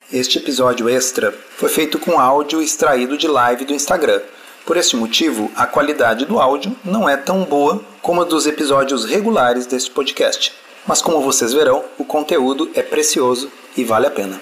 Este episódio extra foi feito com áudio extraído de live do Instagram. Por este motivo, a qualidade do áudio não é tão boa como a dos episódios regulares deste podcast. Mas como vocês verão, o conteúdo é precioso e vale a pena.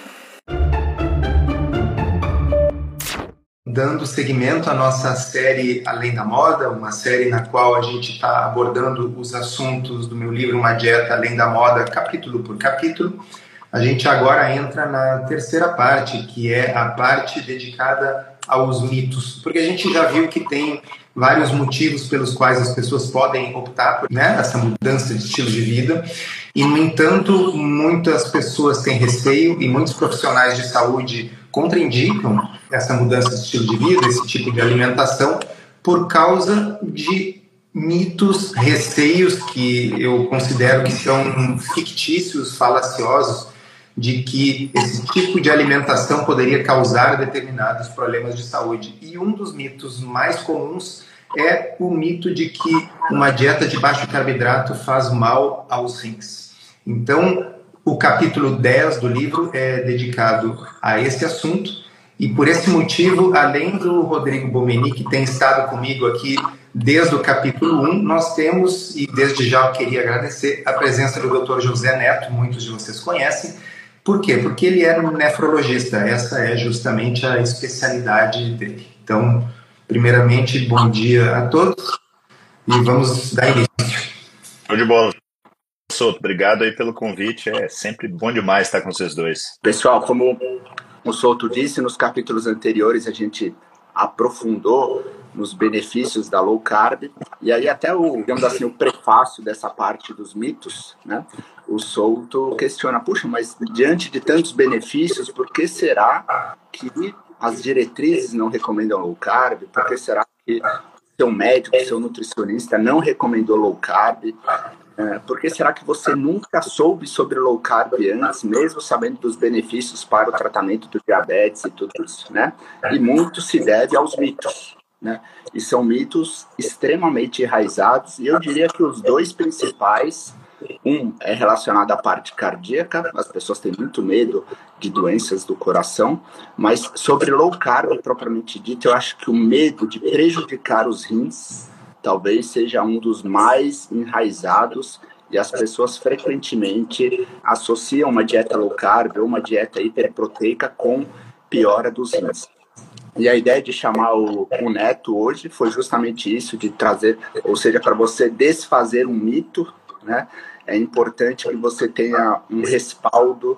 Dando seguimento à nossa série Além da Moda, uma série na qual a gente está abordando os assuntos do meu livro Uma Dieta Além da Moda, capítulo por capítulo, a gente agora entra na terceira parte, que é a parte dedicada aos mitos, porque a gente já viu que tem vários motivos pelos quais as pessoas podem optar por essa mudança de estilo de vida, e, no entanto, muitas pessoas têm receio e muitos profissionais de saúde contraindicam essa mudança de estilo de vida, esse tipo de alimentação, por causa de mitos, receios que eu considero que são fictícios, falaciosos, de que esse tipo de alimentação poderia causar determinados problemas de saúde. E um dos mitos mais comuns é o mito de que uma dieta de baixo carboidrato faz mal aos rins. Então, o capítulo 10 do livro é dedicado a esse assunto, e por esse motivo, além do Rodrigo Bomeni, que tem estado comigo aqui desde o capítulo 1, nós temos, e desde já eu queria agradecer, a presença do Dr. José Neto, muitos de vocês conhecem. Por quê? Porque ele é um nefrologista, essa é justamente a especialidade dele. Então, primeiramente, bom dia a todos e vamos dar início. Show de bola. Souto, obrigado aí pelo convite, é sempre bom demais estar com vocês dois. Pessoal, como o Souto disse, nos capítulos anteriores a gente aprofundou nos benefícios da low carb, e aí até digamos assim, o prefácio dessa parte dos mitos, né? O Souto questiona, puxa, mas diante de tantos benefícios, por que será que as diretrizes não recomendam low carb? Por que será que seu médico, seu nutricionista não recomendou low carb? Por que será que você nunca soube sobre low carb antes, mesmo sabendo dos benefícios para o tratamento do diabetes e tudo isso, né? E muito se deve aos mitos, né? E são mitos extremamente enraizados, e eu diria que os dois principais, um é relacionado à parte cardíaca, as pessoas têm muito medo de doenças do coração, mas sobre low carb, propriamente dito, eu acho que o medo de prejudicar os rins talvez seja um dos mais enraizados, e as pessoas frequentemente associam uma dieta low carb ou uma dieta hiperproteica com piora dos rins. E a ideia de chamar o Neto hoje foi justamente isso, de trazer, ou seja, para você desfazer um mito, né? É importante que você tenha um respaldo,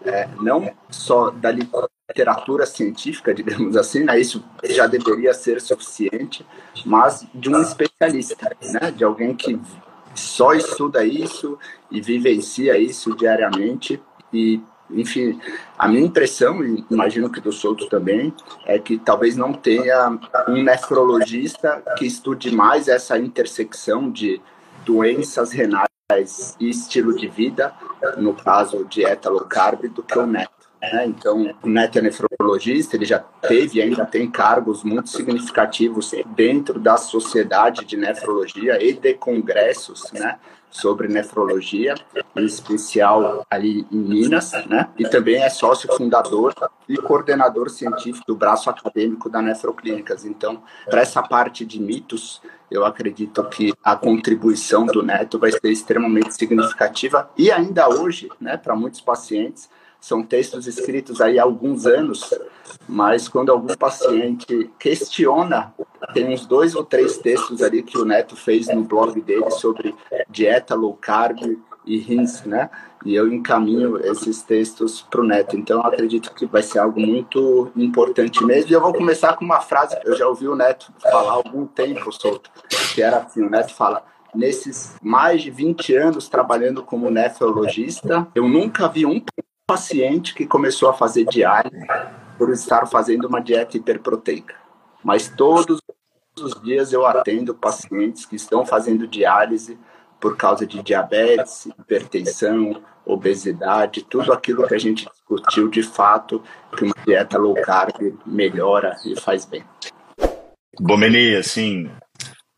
não só da literatura científica, digamos assim, né? Isso já deveria ser suficiente, mas de um especialista, né? De alguém que só estuda isso e vivencia isso diariamente. E, enfim, a minha impressão, e imagino que do Souto também, é que talvez não tenha um nefrologista que estude mais essa intersecção de doenças renais e estilo de vida, no caso dieta low carb, do que o Neto, né? Então, o Neto é nefrologista, ele já teve e ainda tem cargos muito significativos dentro da sociedade de nefrologia e de congressos, né, sobre nefrologia, em especial ali em Minas, né? E também é sócio fundador e coordenador científico do braço acadêmico da Nefroclínicas. Então, para essa parte de mitos, eu acredito que a contribuição do Neto vai ser extremamente significativa, e ainda hoje, né, para muitos pacientes, são textos escritos aí há alguns anos, mas quando algum paciente questiona, tem uns 2 ou 3 textos ali que o Neto fez no blog dele sobre dieta low carb e rins, né? E eu encaminho esses textos para o Neto. Então, eu acredito que vai ser algo muito importante mesmo. E eu vou começar com uma frase que eu já ouvi o Neto falar há algum tempo, Souto, que era assim, o Neto fala: nesses mais de 20 anos trabalhando como nefrologista, eu nunca vi um paciente que começou a fazer diálise por estar fazendo uma dieta hiperproteica. Mas todos os dias eu atendo pacientes que estão fazendo diálise por causa de diabetes, hipertensão, obesidade, tudo aquilo que a gente discutiu de fato, que uma dieta low carb melhora e faz bem. Bomeni, assim,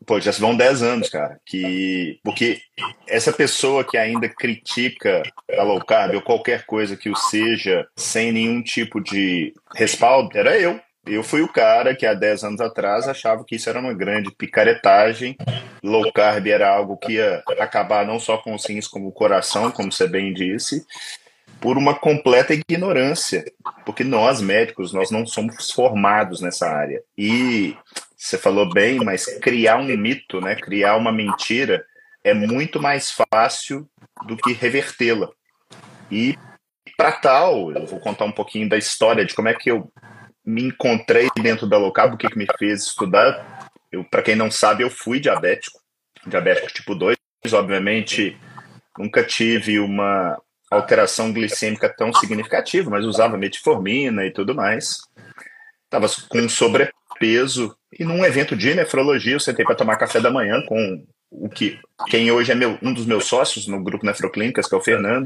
Pô, já se vão 10 anos, cara. Porque essa pessoa que ainda critica a low carb ou qualquer coisa que o seja sem nenhum tipo de respaldo, era eu. Eu fui o cara que há 10 anos atrás achava que isso era uma grande picaretagem. Low carb era algo que ia acabar não só com os rins, como o coração, como você bem disse, por uma completa ignorância, porque nós médicos, nós não somos formados nessa área. E você falou bem, mas criar um mito, né, criar uma mentira é muito mais fácil do que revertê-la. E para tal, eu vou contar um pouquinho da história de como é que eu me encontrei dentro da low carb, o que me fez estudar. Para quem não sabe, eu fui diabético tipo 2, obviamente nunca tive uma alteração glicêmica tão significativa, mas usava metformina e tudo mais. Estava com sobrepeso e num evento de nefrologia eu sentei para tomar café da manhã com quem hoje é um dos meus sócios no grupo Nefroclínicas, que é o Fernando.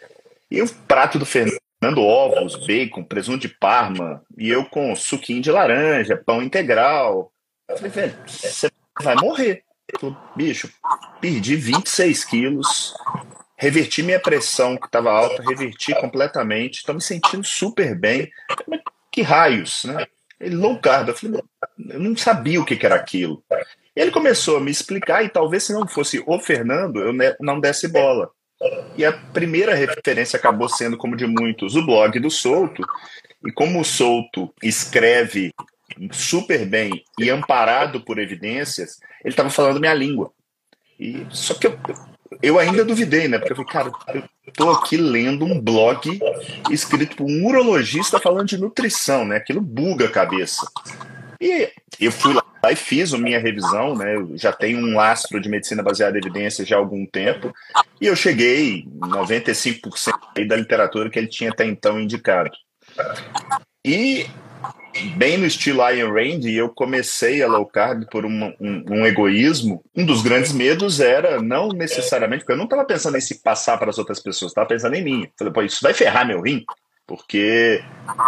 E o prato do Fernando, ovos, bacon, presunto de Parma, e eu com suquinho de laranja, pão integral. Eu falei, velho, você vai morrer. Eu falei, bicho, perdi 26 quilos, reverti minha pressão que estava alta, reverti completamente, estou me sentindo super bem. Mas que raios, né? Ele, low carb. Eu falei, eu não sabia o que era aquilo. E ele começou a me explicar, e talvez se não fosse o Fernando, eu não desse bola. E a primeira referência acabou sendo, como de muitos, o blog do Souto. E como o Souto escreve super bem e amparado por evidências, ele estava falando minha língua. Só que eu ainda duvidei, né? Porque eu falei, cara, eu tô aqui lendo um blog escrito por um urologista falando de nutrição, né? Aquilo buga a cabeça. E eu fui lá e fiz a minha revisão, né? Eu já tenho um lastro de medicina baseada em evidências já há algum tempo, e eu cheguei em 95% da literatura que ele tinha até então indicado. E, bem no estilo Ayn Rand, eu comecei a low carb por um egoísmo. Um dos grandes medos era não necessariamente, porque eu não estava pensando em se passar para as outras pessoas, estava pensando em mim. Falei, pô, isso vai ferrar meu rim? Porque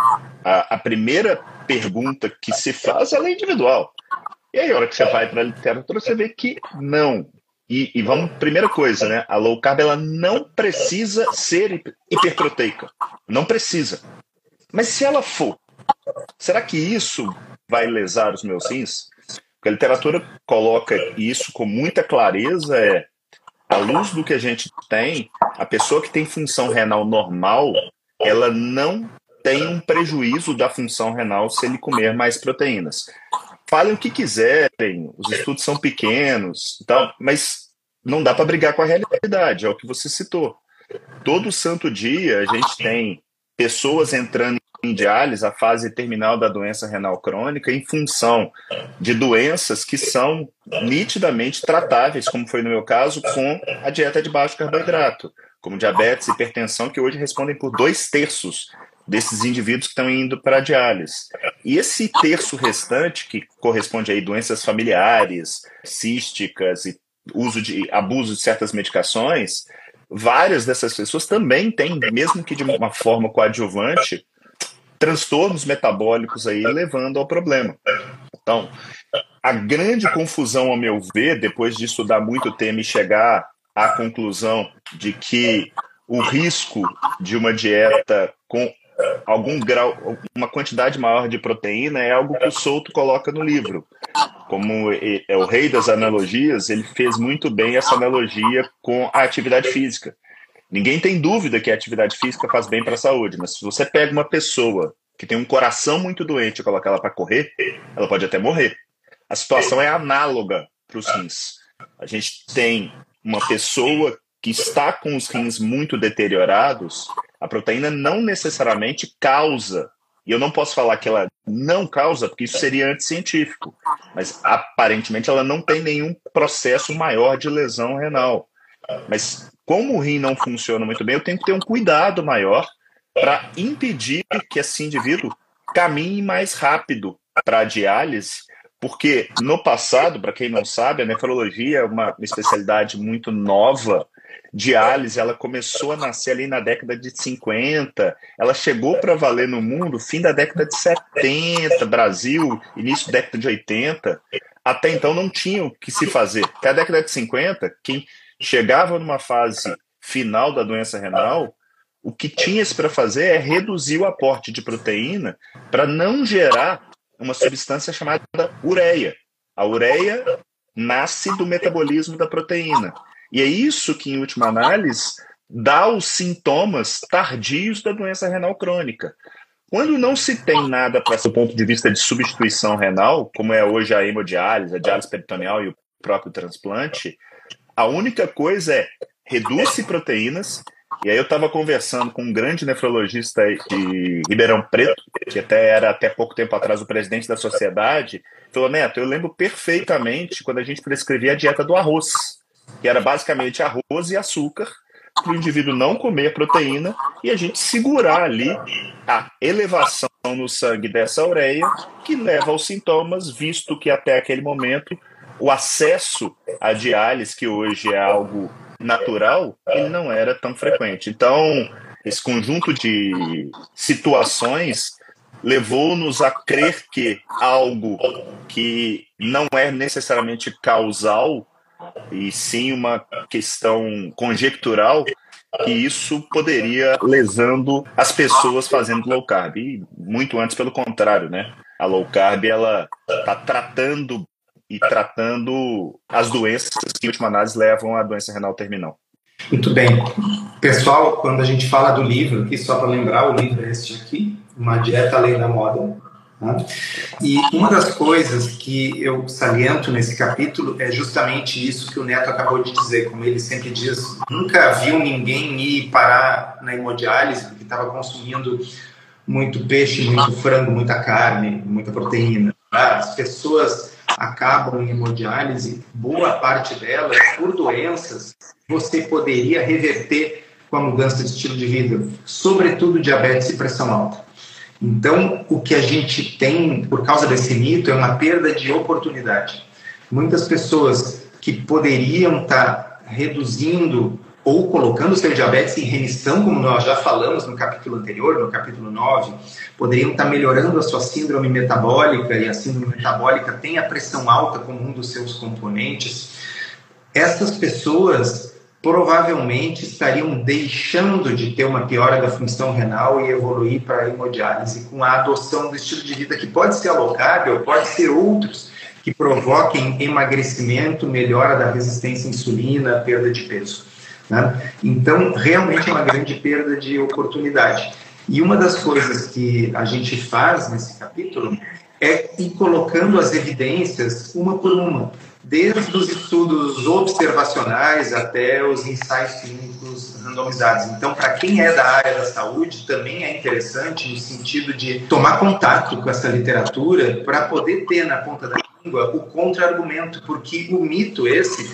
a primeira pergunta que se faz ela é individual. E aí, a hora que você vai para a literatura, você vê que não. E vamos, primeira coisa, né? A low carb ela não precisa ser hiperproteica. Não precisa. Mas se ela for, será que isso vai lesar os meus rins? Porque a literatura coloca isso com muita clareza, à luz do que a gente tem, a pessoa que tem função renal normal, ela não tem um prejuízo da função renal se ele comer mais proteínas. Falem o que quiserem, os estudos são pequenos, tal, mas não dá para brigar com a realidade, é o que você citou. Todo santo dia a gente tem pessoas entrando em diálise, a fase terminal da doença renal crônica, em função de doenças que são nitidamente tratáveis, como foi no meu caso, com a dieta de baixo carboidrato, como diabetes e hipertensão, que hoje respondem por 2/3 desses indivíduos que estão indo para a diálise. E esse terço restante, que corresponde a doenças familiares, císticas e abuso de certas medicações, várias dessas pessoas também têm, mesmo que de uma forma coadjuvante, transtornos metabólicos aí levando ao problema. Então, a grande confusão, ao meu ver, depois de estudar muito o tema e chegar à conclusão de que o risco de uma dieta com algum grau, uma quantidade maior de proteína é algo que o Souto coloca no livro. Como é o rei das analogias, ele fez muito bem essa analogia com a atividade física. Ninguém tem dúvida que a atividade física faz bem para a saúde, mas se você pega uma pessoa que tem um coração muito doente e coloca ela para correr, ela pode até morrer. A situação é análoga para os rins. A gente tem uma pessoa que está com os rins muito deteriorados, a proteína não necessariamente causa, e eu não posso falar que ela não causa, porque isso seria anticientífico, mas aparentemente ela não tem nenhum processo maior de lesão renal. Mas como o rim não funciona muito bem, eu tenho que ter um cuidado maior para impedir que esse indivíduo caminhe mais rápido para a diálise, porque no passado, para quem não sabe, a nefrologia é uma especialidade muito nova. Diálise, ela começou a nascer ali na década de 50, ela chegou para valer no mundo fim da década de 70, Brasil, início da década de 80. até então não tinha o que se fazer. Até a década de 50, quem chegava numa fase final da doença renal, o que tinha-se para fazer é reduzir o aporte de proteína para não gerar uma substância chamada ureia. A ureia nasce do metabolismo da proteína. E é isso que, em última análise, dá os sintomas tardios da doença renal crônica. Quando não se tem nada para esse ponto de vista de substituição renal, como é hoje a hemodiálise, a diálise peritoneal e o próprio transplante, a única coisa é reduz-se proteínas. E aí eu estava conversando com um grande nefrologista de Ribeirão Preto, que era até pouco tempo atrás o presidente da sociedade, falou: Neto, eu lembro perfeitamente quando a gente prescrevia a dieta do arroz, que era basicamente arroz e açúcar, para o indivíduo não comer proteína e a gente segurar ali a elevação no sangue dessa ureia que leva aos sintomas, visto que até aquele momento o acesso à diálise, que hoje é algo natural, ele não era tão frequente. Então, esse conjunto de situações levou-nos a crer que algo que não é necessariamente causal, e sim uma questão conjectural, que isso poderia lesando as pessoas fazendo low carb. E muito antes, pelo contrário, né? A low carb, ela está tratando as doenças que, em última análise, levam à doença renal terminal. Muito bem. Pessoal, quando a gente fala do livro, aqui só para lembrar, o livro é este aqui, Uma Dieta Além da Moda. Tá? E uma das coisas que eu saliento nesse capítulo é justamente isso que o Neto acabou de dizer. Como ele sempre diz, nunca viu ninguém ir parar na hemodiálise porque estava consumindo muito peixe, muito frango, muita carne, muita proteína. Tá? As pessoas acabam em hemodiálise, boa parte delas, por doenças, você poderia reverter com a mudança de estilo de vida, sobretudo diabetes e pressão alta. Então, o que a gente tem, por causa desse mito, é uma perda de oportunidade. Muitas pessoas que poderiam estar reduzindo ou colocando o seu diabetes em remissão, como nós já falamos no capítulo anterior, no capítulo 9, poderiam estar melhorando a sua síndrome metabólica, e a síndrome metabólica tem a pressão alta como um dos seus componentes. Essas pessoas provavelmente estariam deixando de ter uma piora da função renal e evoluir para a hemodiálise com a adoção do estilo de vida que pode ser a low carb ou pode ser outros que provoquem emagrecimento, melhora da resistência à insulina, perda de peso. Né? Então, realmente é uma grande perda de oportunidade. E uma das coisas que a gente faz nesse capítulo é ir colocando as evidências uma por uma, desde os estudos observacionais até os ensaios clínicos randomizados. Então, para quem é da área da saúde, também é interessante no sentido de tomar contato com essa literatura para poder ter na ponta da língua o contra-argumento, porque o mito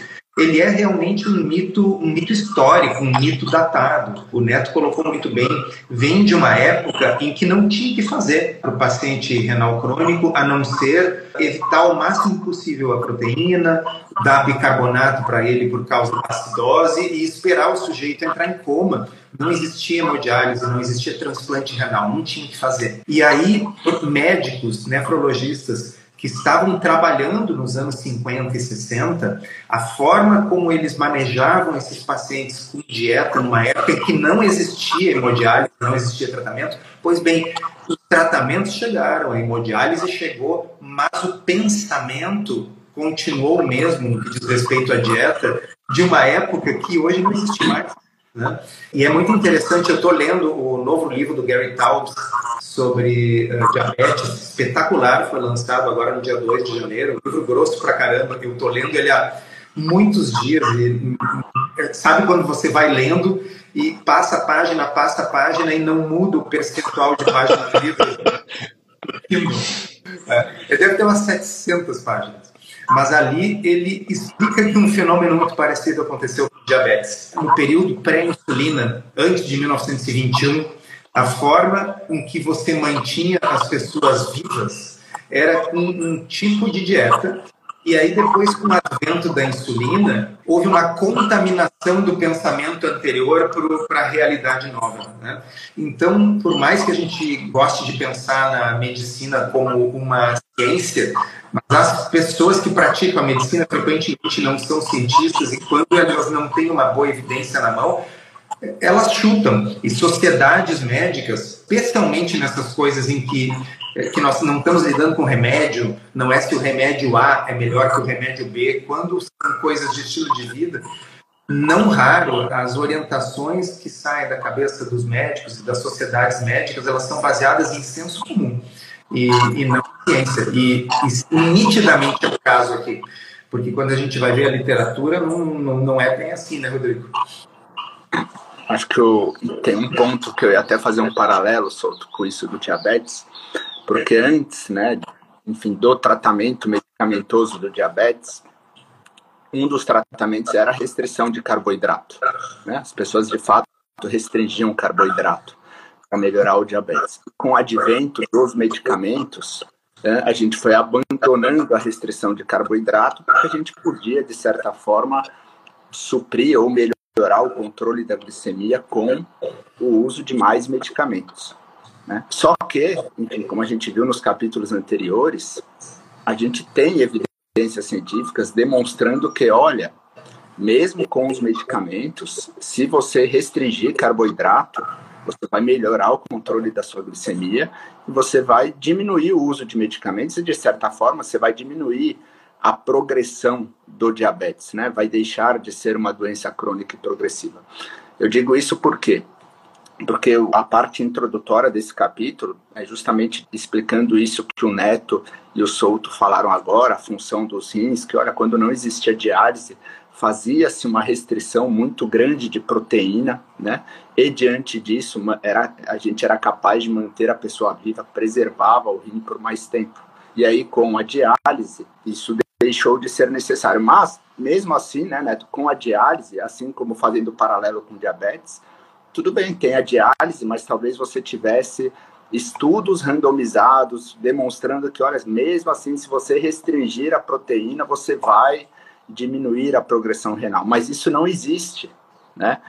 ele é realmente um mito histórico, um mito datado. O Neto colocou muito bem, vem de uma época em que não tinha que fazer para o paciente renal crônico, a não ser evitar o máximo possível a proteína, dar bicarbonato para ele por causa da acidose e esperar o sujeito entrar em coma. Não existia hemodiálise, não existia transplante renal, não tinha que fazer. E aí, médicos, nefrologistas, que estavam trabalhando nos anos 50 e 60, a forma como eles manejavam esses pacientes com dieta numa época em que não existia hemodiálise, não existia tratamento, pois bem, os tratamentos chegaram, a hemodiálise chegou, mas o pensamento continuou o mesmo no que diz respeito à dieta de uma época que hoje não existe mais. Né? E é muito interessante, eu estou lendo o novo livro do Gary Taubes sobre diabetes, espetacular, foi lançado agora no dia 2 de janeiro, um livro grosso pra caramba, eu estou lendo ele há muitos dias, e, sabe quando você vai lendo e passa a página e não muda o percentual de página do livro? Ele deve ter umas 700 páginas. Mas ali ele explica que um fenômeno muito parecido aconteceu com diabetes. No período pré-insulina, antes de 1921, a forma em que você mantinha as pessoas vivas era com um tipo de dieta E aí, depois, com o advento da insulina, houve uma contaminação do pensamento anterior para a realidade nova, né? Então, por mais que a gente goste de pensar na medicina como uma ciência, mas as pessoas que praticam a medicina frequentemente não são cientistas, e quando elas não têm uma boa evidência na mão, elas chutam. E sociedades médicas, especialmente nessas coisas em que nós não estamos lidando com remédio, não é se o remédio A é melhor que o remédio B, quando são coisas de estilo de vida, não raro as orientações que saem da cabeça dos médicos e das sociedades médicas, elas são baseadas em senso comum e não em ciência. E nitidamente é o caso aqui, porque quando a gente vai ver a literatura, não é bem assim, né, Rodrigo? Acho que tem um ponto que eu ia até fazer um paralelo, Souto, com isso do diabetes, porque antes, né, enfim, do tratamento medicamentoso do diabetes, um dos tratamentos era a restrição de carboidrato, né? As pessoas, de fato, restringiam o carboidrato para melhorar o diabetes. Com o advento dos medicamentos, né, a gente foi abandonando a restrição de carboidrato porque a gente podia, de certa forma, suprir ou melhorar o controle da glicemia com o uso de mais medicamentos, né? Só que, enfim, como a gente viu nos capítulos anteriores, a gente tem evidências científicas demonstrando que, olha, mesmo com os medicamentos, se você restringir carboidrato, você vai melhorar o controle da sua glicemia e você vai diminuir o uso de medicamentos e, de certa forma, você vai diminuir a progressão do diabetes, né? Vai deixar de ser uma doença crônica e progressiva. Eu digo isso por quê? Porque a parte introdutória desse capítulo é justamente explicando isso que o Neto e o Souto falaram agora, a função dos rins, que, olha, quando não existia diálise, fazia-se uma restrição muito grande de proteína, né? E diante disso, a gente era capaz de manter a pessoa viva, preservava o rim por mais tempo. E aí, com a diálise, isso deixou de ser necessário. Mas, mesmo assim, né, Neto, com a diálise, assim como fazendo paralelo com diabetes, tudo bem, tem a diálise, mas talvez você tivesse estudos randomizados demonstrando que, olha, mesmo assim, se você restringir a proteína, você vai diminuir a progressão renal. Mas isso não existe, né,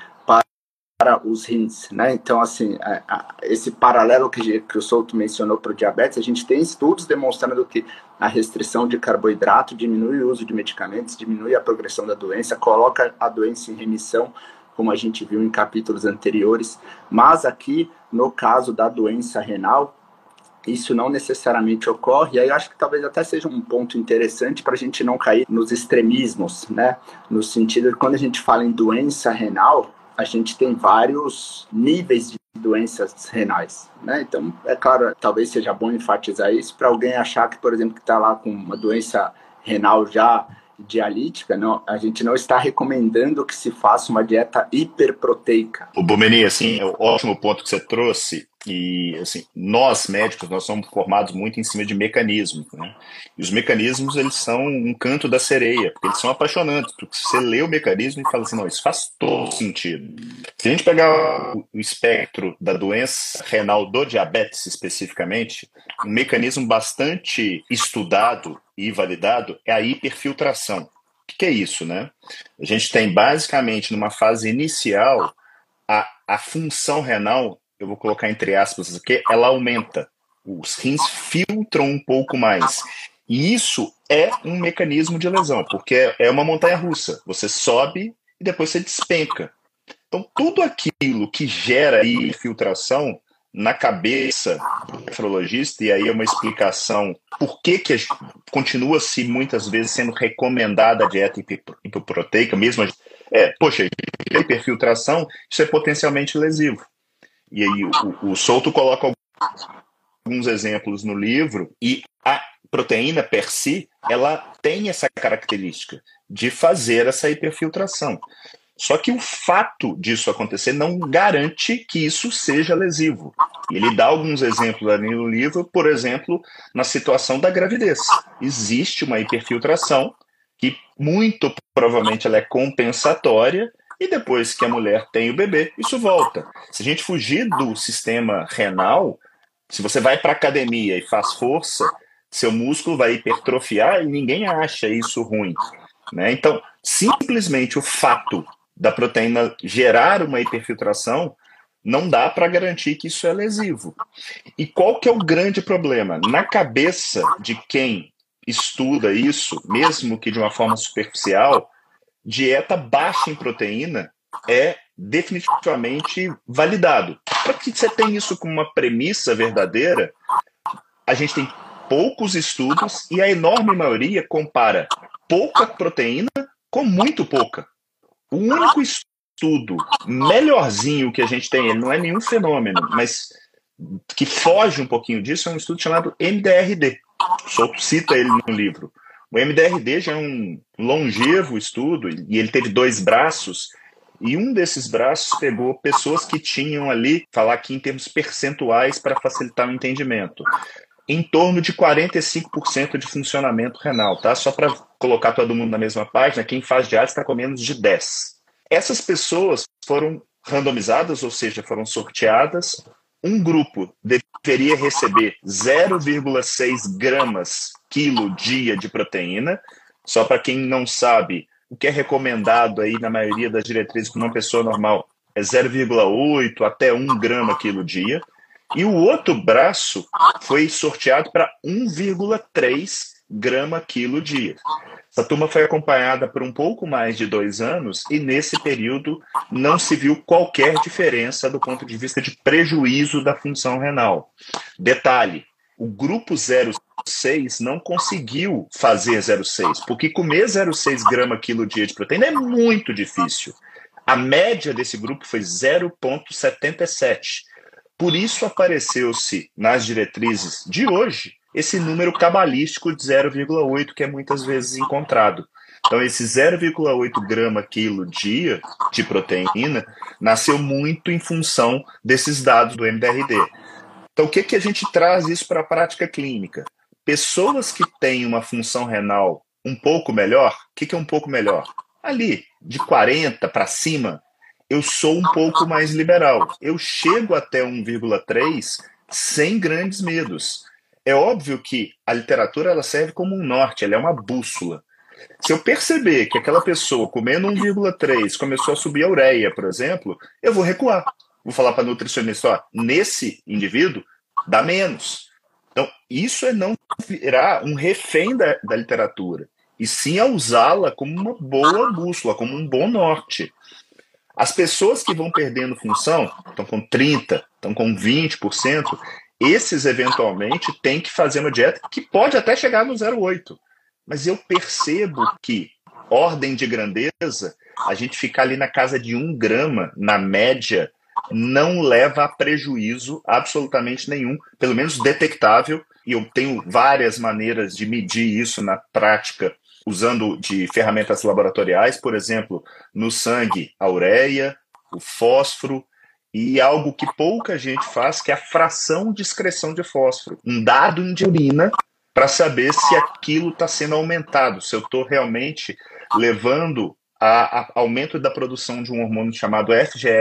para os rins, né? Então, assim, esse paralelo que o Souto mencionou para o diabetes, a gente tem estudos demonstrando que a restrição de carboidrato diminui o uso de medicamentos, diminui a progressão da doença, coloca a doença em remissão, como a gente viu em capítulos anteriores, mas aqui, no caso da doença renal, isso não necessariamente ocorre, e aí eu acho que talvez até seja um ponto interessante para a gente não cair nos extremismos, né? No sentido de quando a gente fala em doença renal, a gente tem vários níveis de doenças renais, né? Então, é claro, talvez seja bom enfatizar isso para alguém achar que, por exemplo, que está lá com uma doença renal já dialítica, não, a gente não está recomendando que se faça uma dieta hiperproteica. O Bomeni, assim, é um ótimo ponto que você trouxe. E, assim, nós médicos, nós somos formados muito em cima de mecanismos, né? E os mecanismos, eles são um canto da sereia, porque eles são apaixonantes, porque você lê o mecanismo e fala assim, não, isso faz todo sentido. Se a gente pegar o espectro da doença renal do diabetes especificamente, um mecanismo bastante estudado e validado é a hiperfiltração. O que é isso, né? A gente tem basicamente numa fase inicial a função renal, eu vou colocar entre aspas aqui, ela aumenta. Os rins filtram um pouco mais. E isso é um mecanismo de lesão, porque é uma montanha-russa. Você sobe e depois você despenca. Então, tudo aquilo que gera infiltração na cabeça do nefrologista, e aí é uma explicação por que continua-se muitos vezes sendo recomendada a dieta hipoproteica, mesmo poxa, hiperfiltração, isso é potencialmente lesivo. E aí o Souto coloca alguns exemplos no livro, e a proteína per si, ela tem essa característica de fazer essa hiperfiltração. Só que o fato disso acontecer não garante que isso seja lesivo. E ele dá alguns exemplos ali no livro, por exemplo, na situação da gravidez. Existe uma hiperfiltração que muito provavelmente ela é compensatória, e depois que a mulher tem o bebê, isso volta. Se a gente fugir do sistema renal, se você vai para a academia e faz força, seu músculo vai hipertrofiar e ninguém acha isso ruim, né? Então, simplesmente o fato da proteína gerar uma hiperfiltração não dá para garantir que isso é lesivo. E qual que é o grande problema? Na cabeça de quem estuda isso, mesmo que de uma forma superficial, dieta baixa em proteína é definitivamente validado. Para que você tenha isso como uma premissa verdadeira, a gente tem poucos estudos e a enorme maioria compara pouca proteína com muito pouca. O único estudo melhorzinho que a gente tem, ele não é nenhum fenômeno, mas que foge um pouquinho disso, é um estudo chamado MDRD. O Souto cita ele no livro. O MDRD já é um longevo estudo, e ele teve 2 braços, e um desses braços pegou pessoas que tinham ali, falar aqui em termos percentuais para facilitar o entendimento, em torno de 45% de funcionamento renal, tá? Só para colocar todo mundo na mesma página, quem faz diálise está com menos de 10. Essas pessoas foram randomizadas, ou seja, foram sorteadas. Um grupo deveria receber 0,6 gramas quilo dia de proteína. Só para quem não sabe, o que é recomendado aí na maioria das diretrizes para uma pessoa normal é 0,8 até 1 grama quilo dia. E o outro braço foi sorteado para 1,3 grama quilo dia. Essa turma foi acompanhada por um pouco mais de 2 anos e nesse período não se viu qualquer diferença do ponto de vista de prejuízo da função renal. Detalhe, o grupo 0,6 não conseguiu fazer 0,6, porque comer 0,6 grama quilo dia de proteína é muito difícil. A média desse grupo foi 0,77. Por isso apareceu-se nas diretrizes de hoje esse número cabalístico de 0,8, que é muitas vezes encontrado. Então, esse 0,8 grama quilo dia de proteína nasceu muito em função desses dados do MDRD. Então, o que a gente traz isso para a prática clínica? Pessoas que têm uma função renal um pouco melhor, o que é um pouco melhor? Ali, de 40 para cima, eu sou um pouco mais liberal. Eu chego até 1,3 sem grandes medos. É óbvio que a literatura ela serve como um norte, ela é uma bússola. Se eu perceber que aquela pessoa comendo 1,3 começou a subir a ureia, por exemplo, eu vou recuar. Vou falar para a nutricionista, ó, nesse indivíduo, dá menos. Então, isso é não virar um refém da literatura, e sim a usá-la como uma boa bússola, como um bom norte. As pessoas que vão perdendo função, estão com 30%, estão com 20%, esses eventualmente têm que fazer uma dieta que pode até chegar no 0,8. Mas eu percebo que, ordem de grandeza, a gente ficar ali na casa de 1 grama, na média, não leva a prejuízo absolutamente nenhum, pelo menos detectável, e eu tenho várias maneiras de medir isso na prática, usando de ferramentas laboratoriais, por exemplo, no sangue, a ureia, o fósforo, e algo que pouca gente faz, que é a fração de excreção de fósforo. Um dado de urina para saber se aquilo está sendo aumentado, se eu estou realmente levando a aumento da produção de um hormônio chamado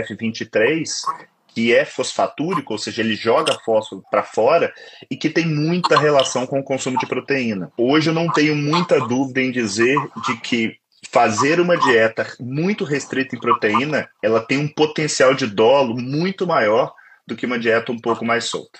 FGF23, que é fosfatúrico, ou seja, ele joga fósforo para fora e que tem muita relação com o consumo de proteína. Hoje eu não tenho muita dúvida em dizer de que fazer uma dieta muito restrita em proteína, ela tem um potencial de dolo muito maior do que uma dieta um pouco mais solta.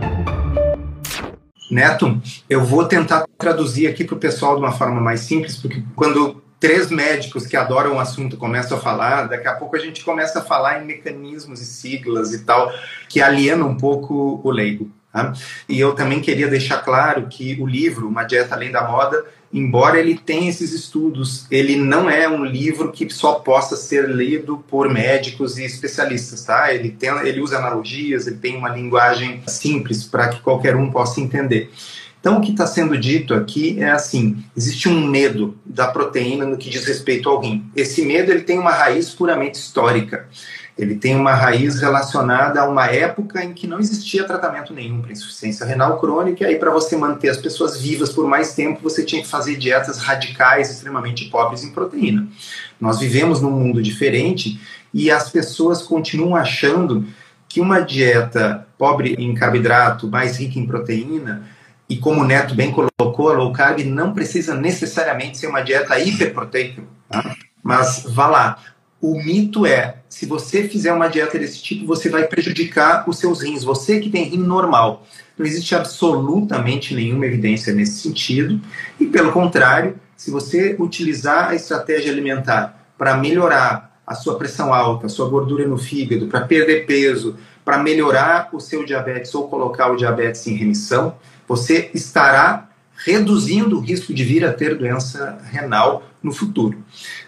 Neto, eu vou tentar traduzir aqui para o pessoal de uma forma mais simples, porque quando 3 médicos que adoram o assunto começam a falar, daqui a pouco a gente começa a falar em mecanismos e siglas e tal, que aliena um pouco o leigo. Tá? E eu também queria deixar claro que o livro, Uma Dieta Além da Moda, embora ele tenha esses estudos, ele não é um livro que só possa ser lido por médicos e especialistas, tá? Ele usa analogias, ele tem uma linguagem simples para que qualquer um possa entender. Então, o que está sendo dito aqui é assim, existe um medo da proteína no que diz respeito ao rim. Esse medo ele tem uma raiz puramente histórica. Ele tem uma raiz relacionada a uma época em que não existia tratamento nenhum para insuficiência renal crônica, e aí para você manter as pessoas vivas por mais tempo, você tinha que fazer dietas radicais, extremamente pobres em proteína. Nós vivemos num mundo diferente e as pessoas continuam achando que uma dieta pobre em carboidrato, mais rica em proteína, E como o Neto bem colocou, a low carb não precisa necessariamente ser uma dieta hiperproteica, tá? Mas vá lá. O mito é, se você fizer uma dieta desse tipo, você vai prejudicar os seus rins. Você que tem rim normal. Não existe absolutamente nenhuma evidência nesse sentido. E, pelo contrário, se você utilizar a estratégia alimentar para melhorar a sua pressão alta, a sua gordura no fígado, para perder peso, para melhorar o seu diabetes ou colocar o diabetes em remissão, você estará reduzindo o risco de vir a ter doença renal no futuro.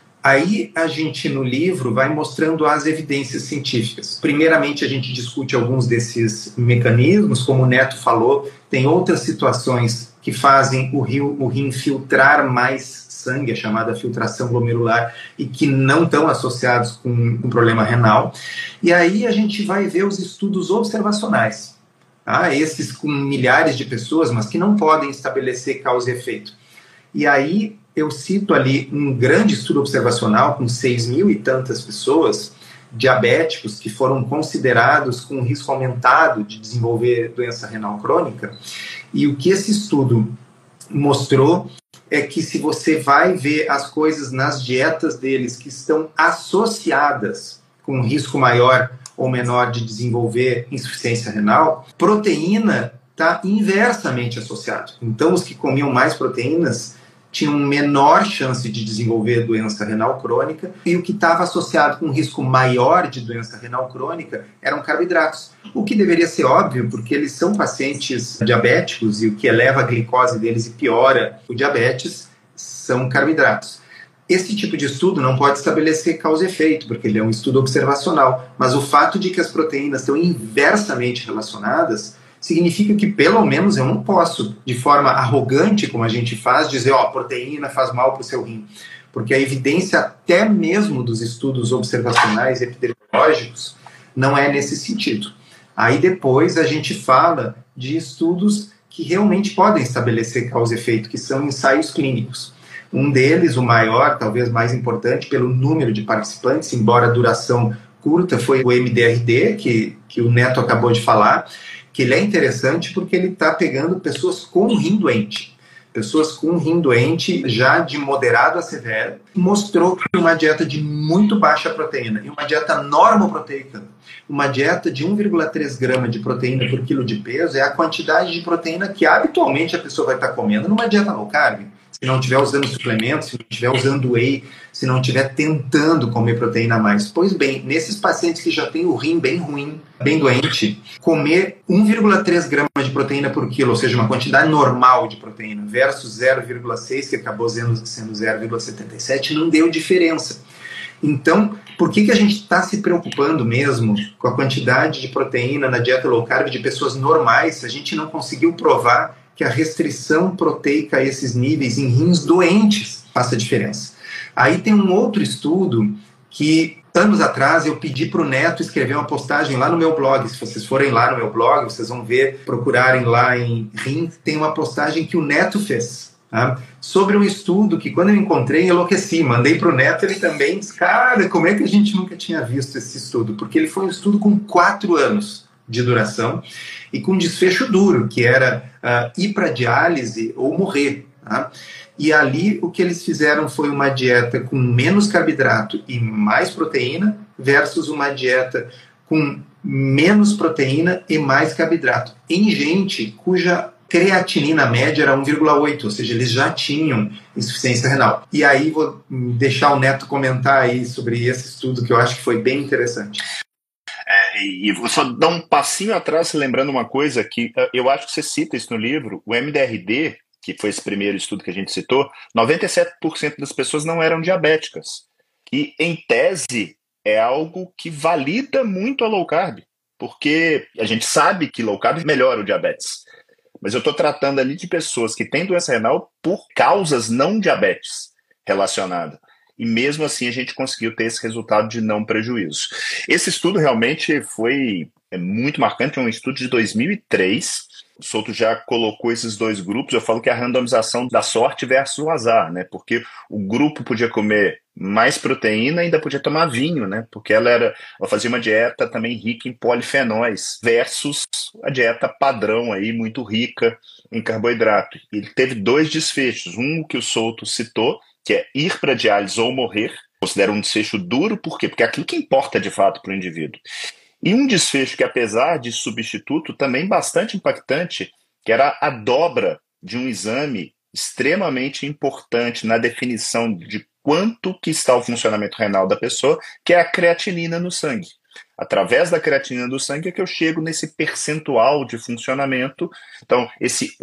Aí a gente, no livro, vai mostrando as evidências científicas. Primeiramente, a gente discute alguns desses mecanismos, como o Neto falou, tem outras situações que fazem o rim filtrar mais sangue, a chamada filtração glomerular, e que não estão associados com um problema renal. E aí a gente vai ver os estudos observacionais, tá? Esses com milhares de pessoas, mas que não podem estabelecer causa e efeito. E aí eu cito ali um grande estudo observacional com 6.000 e tantas pessoas, diabéticos, que foram considerados com risco aumentado de desenvolver doença renal crônica. E o que esse estudo mostrou é que se você vai ver as coisas nas dietas deles que estão associadas com um risco maior ou menor de desenvolver insuficiência renal, proteína está inversamente associado. Então, os que comiam mais proteínas tinham menor chance de desenvolver doença renal crônica, e o que estava associado com um risco maior de doença renal crônica eram carboidratos. O que deveria ser óbvio, porque eles são pacientes diabéticos e o que eleva a glicose deles e piora o diabetes são carboidratos. Esse tipo de estudo não pode estabelecer causa e efeito, porque ele é um estudo observacional, mas o fato de que as proteínas estão inversamente relacionadas significa que, pelo menos, eu não posso, de forma arrogante, como a gente faz, dizer, proteína faz mal para o seu rim. Porque a evidência, até mesmo dos estudos observacionais epidemiológicos, não é nesse sentido. Aí depois a gente fala de estudos que realmente podem estabelecer causa e efeito, que são ensaios clínicos. Um deles, o maior, talvez mais importante, pelo número de participantes, embora a duração curta, foi o MDRD, que o Neto acabou de falar, que ele é interessante porque ele está pegando pessoas com rim doente. Pessoas com rim doente já de moderado a severo, mostrou que uma dieta de muito baixa proteína e uma dieta normoproteica, uma dieta de 1,3 grama de proteína por quilo de peso é a quantidade de proteína que habitualmente a pessoa vai estar comendo numa dieta low carb. Se não estiver usando suplementos, se não estiver usando whey, se não estiver tentando comer proteína a mais. Pois bem, nesses pacientes que já têm o rim bem ruim, bem doente, comer 1,3 gramas de proteína por quilo, ou seja, uma quantidade normal de proteína, versus 0,6, que acabou sendo 0,77, não deu diferença. Então, por que a gente está se preocupando mesmo com a quantidade de proteína na dieta low carb de pessoas normais, se a gente não conseguiu provar que a restrição proteica a esses níveis em rins doentes faça diferença? Aí tem um outro estudo que, anos atrás, eu pedi para o Neto escrever uma postagem lá no meu blog. Se vocês forem lá no meu blog, vocês vão ver, procurarem lá em rim, tem uma postagem que o Neto fez, tá? Sobre um estudo que, quando eu encontrei, enlouqueci. Mandei para o Neto, ele também disse, cara, como é que a gente nunca tinha visto esse estudo? Porque ele foi um estudo com 4 anos de duração e com desfecho duro, que era ir para diálise ou morrer, tá? E ali o que eles fizeram foi uma dieta com menos carboidrato e mais proteína versus uma dieta com menos proteína e mais carboidrato, em gente cuja creatinina média era 1,8, ou seja, eles já tinham insuficiência renal. E aí vou deixar o Neto comentar aí sobre esse estudo, que eu acho que foi bem interessante. E vou só dar um passinho atrás, lembrando uma coisa que eu acho que você cita isso no livro, o MDRD, que foi esse primeiro estudo que a gente citou, 97% das pessoas não eram diabéticas. E, em tese, é algo que valida muito a low carb, porque a gente sabe que low carb melhora o diabetes. Mas eu estou tratando ali de pessoas que têm doença renal por causas não diabetes relacionadas. E mesmo assim a gente conseguiu ter esse resultado de não prejuízo. Esse estudo realmente foi muito marcante, é um estudo de 2003. O Souto já colocou esses dois grupos. Eu falo que é a randomização da sorte versus o azar, né? Porque o grupo podia comer mais proteína, ainda podia tomar vinho, né? Porque ela fazia uma dieta também rica em polifenóis, versus a dieta padrão aí, muito rica em carboidrato. E ele teve 2 desfechos, um que o Souto citou, que é ir para diálise ou morrer. Considero um desfecho duro, por quê? Porque é aquilo que importa de fato para o indivíduo. E um desfecho que, apesar de substituto, também bastante impactante, que era a dobra de um exame extremamente importante na definição de quanto que está o funcionamento renal da pessoa, que é a creatinina no sangue. Através da creatinina do sangue é que eu chego nesse percentual de funcionamento. Então, esse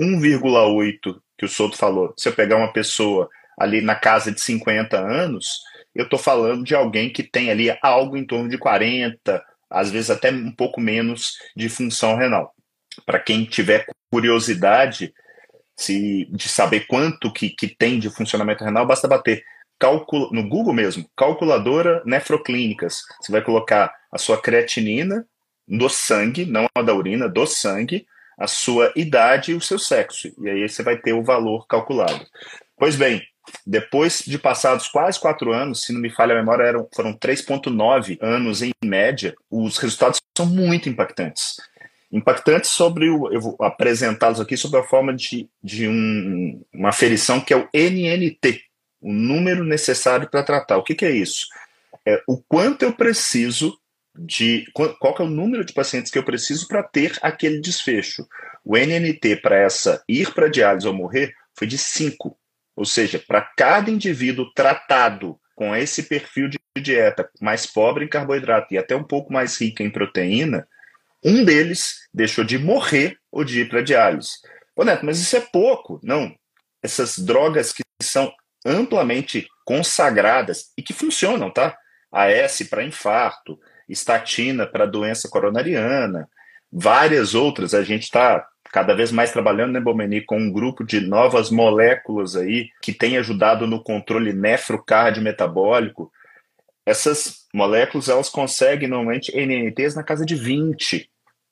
1,8 que o Souto falou, se eu pegar uma pessoa ali na casa de 50 anos, eu estou falando de alguém que tem ali algo em torno de 40, às vezes até um pouco menos de função renal. Para quem tiver curiosidade de saber quanto que tem de funcionamento renal, basta bater no Google mesmo, calculadora nefroclínicas. Você vai colocar a sua creatinina do sangue, não a da urina, do sangue, a sua idade e o seu sexo. E aí você vai ter o valor calculado. Pois bem, depois de passados quase 4 anos, se não me falha a memória, foram 3,9 anos em média, os resultados são muito impactantes. Impactantes eu vou apresentá-los aqui sob a forma de uma aferição que é o NNT, o número necessário para tratar. O que é isso? É o quanto eu preciso qual que é o número de pacientes que eu preciso para ter aquele desfecho. O NNT para ir para diálise ou morrer foi de 5. Ou seja, para cada indivíduo tratado com esse perfil de dieta mais pobre em carboidrato e até um pouco mais rica em proteína, um deles deixou de morrer ou de ir para diálise. Ô Neto, mas isso é pouco. Não. Essas drogas que são amplamente consagradas e que funcionam, tá? AS para infarto, estatina para doença coronariana, várias outras. A gente está cada vez mais trabalhando, né, Bomeni, com um grupo de novas moléculas aí que tem ajudado no controle nefrocardiometabólico. Essas moléculas, elas conseguem normalmente NNTs na casa de 20,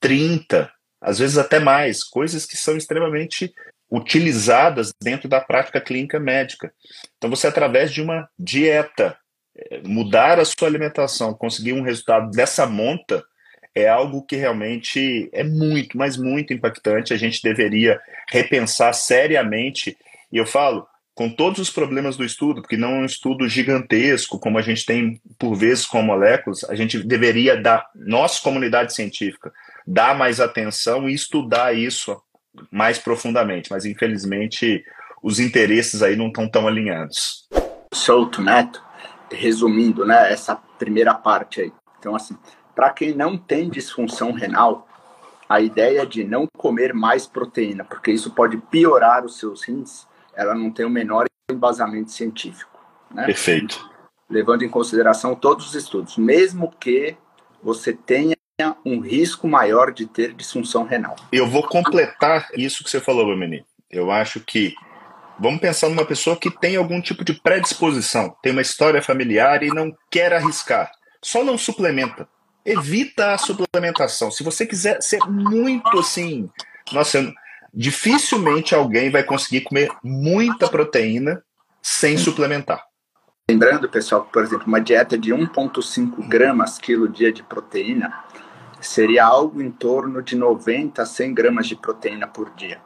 30, às vezes até mais, coisas que são extremamente utilizadas dentro da prática clínica médica. Então você, através de uma dieta, mudar a sua alimentação, conseguir um resultado dessa monta, é algo que realmente é muito, mas muito impactante. A gente deveria repensar seriamente, e eu falo, com todos os problemas do estudo, porque não é um estudo gigantesco, como a gente tem, por vezes, com moléculas, a gente deveria nossa comunidade científica, dar mais atenção e estudar isso mais profundamente, mas infelizmente os interesses aí não estão tão alinhados. Souto, Neto, resumindo, né, essa primeira parte aí. Então, assim, para quem não tem disfunção renal, a ideia de não comer mais proteína, porque isso pode piorar os seus rins, ela não tem o menor embasamento científico, né? Perfeito. Levando em consideração todos os estudos, mesmo que você tenha um risco maior de ter disfunção renal. Eu vou completar isso que você falou, Bomeni. Eu acho que vamos pensar numa pessoa que tem algum tipo de predisposição, tem uma história familiar e não quer arriscar. Só não suplementa. Evita a suplementação. Se você quiser ser muito assim... Nossa, dificilmente alguém vai conseguir comer muita proteína sem suplementar. Lembrando, pessoal, que, por exemplo, uma dieta de 1,5 gramas quilo dia de proteína seria algo em torno de 90 a 100 gramas de proteína por dia.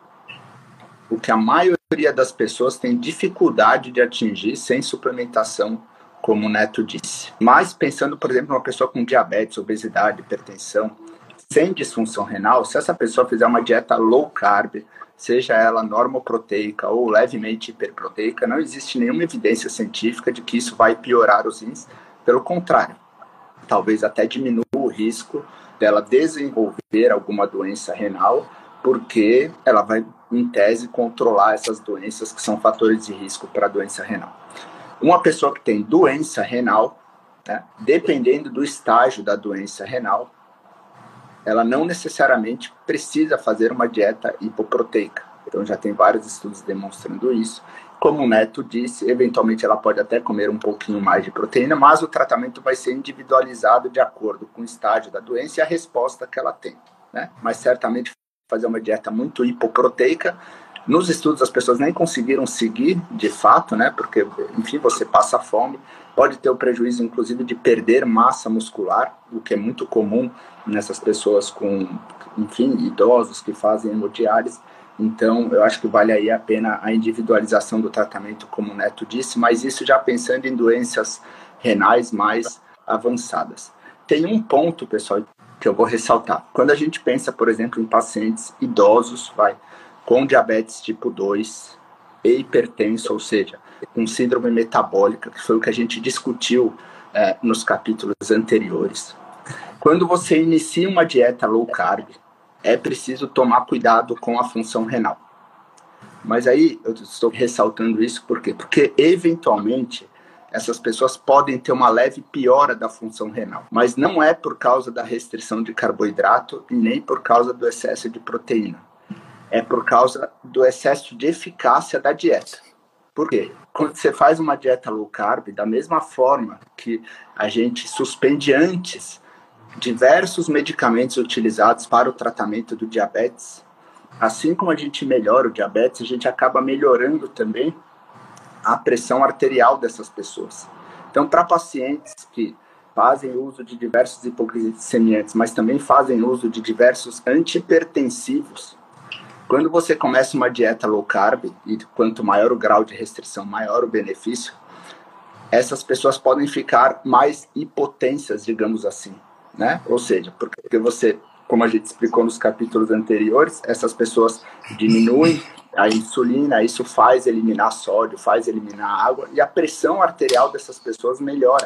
O que a maioria das pessoas tem dificuldade de atingir sem suplementação, como o Neto disse. Mas pensando, por exemplo, numa pessoa com diabetes, obesidade, hipertensão, sem disfunção renal, se essa pessoa fizer uma dieta low carb, seja ela normoproteica ou levemente hiperproteica, não existe nenhuma evidência científica de que isso vai piorar os rins. Pelo contrário, talvez até diminua o risco dela desenvolver alguma doença renal, porque ela vai, em tese, controlar essas doenças que são fatores de risco para a doença renal. Uma pessoa que tem doença renal, né, dependendo do estágio da doença renal, ela não necessariamente precisa fazer uma dieta hipoproteica. Então já tem vários estudos demonstrando isso. Como o Neto disse, eventualmente ela pode até comer um pouquinho mais de proteína, mas o tratamento vai ser individualizado de acordo com o estágio da doença e a resposta que ela tem, né? Mas certamente fazer uma dieta muito hipoproteica Nos estudos, as pessoas nem conseguiram seguir, de fato, né? Porque, enfim, você passa fome, pode ter o prejuízo, inclusive, de perder massa muscular, o que é muito comum nessas pessoas com, enfim, idosos que fazem hemodiálise. Então, eu acho que vale aí a pena a individualização do tratamento, como o Neto disse, mas isso já pensando em doenças renais mais avançadas. Tem um ponto, pessoal, que eu vou ressaltar. Quando a gente pensa, por exemplo, em pacientes idosos, com diabetes tipo 2 e hipertenso, ou seja, com síndrome metabólica, que foi o que a gente discutiu nos capítulos anteriores. Quando você inicia uma dieta low carb, é preciso tomar cuidado com a função renal. Mas aí eu estou ressaltando isso por quê? Porque eventualmente essas pessoas podem ter uma leve piora da função renal, mas não é por causa da restrição de carboidrato e nem por causa do excesso de proteína. É por causa do excesso de eficácia da dieta. Por quê? Quando você faz uma dieta low carb, da mesma forma que a gente suspende antes diversos medicamentos utilizados para o tratamento do diabetes, assim como a gente melhora o diabetes, a gente acaba melhorando também a pressão arterial dessas pessoas. Então, para pacientes que fazem uso de diversos hipoglicemiantes, mas também fazem uso de diversos antihipertensivos, quando você começa uma dieta low carb, e quanto maior o grau de restrição, maior o benefício, essas pessoas podem ficar mais hipotensas, digamos assim, né? Ou seja, porque você, como a gente explicou nos capítulos anteriores, essas pessoas diminuem a insulina, isso faz eliminar sódio, faz eliminar água, e a pressão arterial dessas pessoas melhora.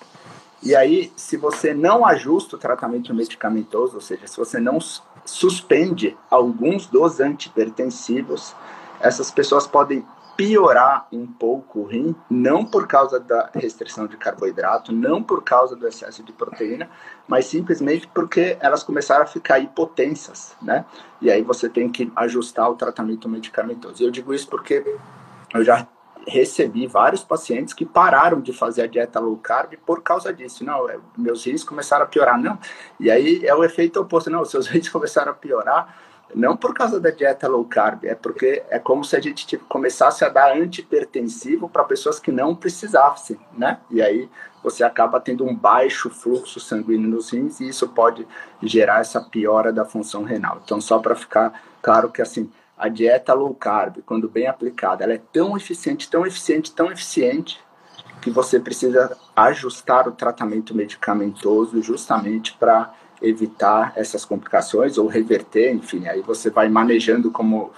E aí, se você não ajusta o tratamento medicamentoso, ou seja, se você não suspende alguns dos antihipertensivos, essas pessoas podem piorar um pouco o rim, não por causa da restrição de carboidrato, não por causa do excesso de proteína, mas simplesmente porque elas começaram a ficar hipotensas, né? E aí você tem que ajustar o tratamento medicamentoso. E eu digo isso porque eu já recebi vários pacientes que pararam de fazer a dieta low carb por causa disso. Não, meus rins começaram a piorar. Não, e aí é o efeito oposto. Não, seus rins começaram a piorar não por causa da dieta low carb, é porque é como se a gente começasse a dar antihipertensivo para pessoas que não precisassem, né? E aí você acaba tendo um baixo fluxo sanguíneo nos rins e isso pode gerar essa piora da função renal. Então, só para ficar claro que assim, a dieta low carb, quando bem aplicada, ela é tão eficiente, tão eficiente, tão eficiente, que você precisa ajustar o tratamento medicamentoso justamente para evitar essas complicações ou reverter, enfim, aí você vai manejando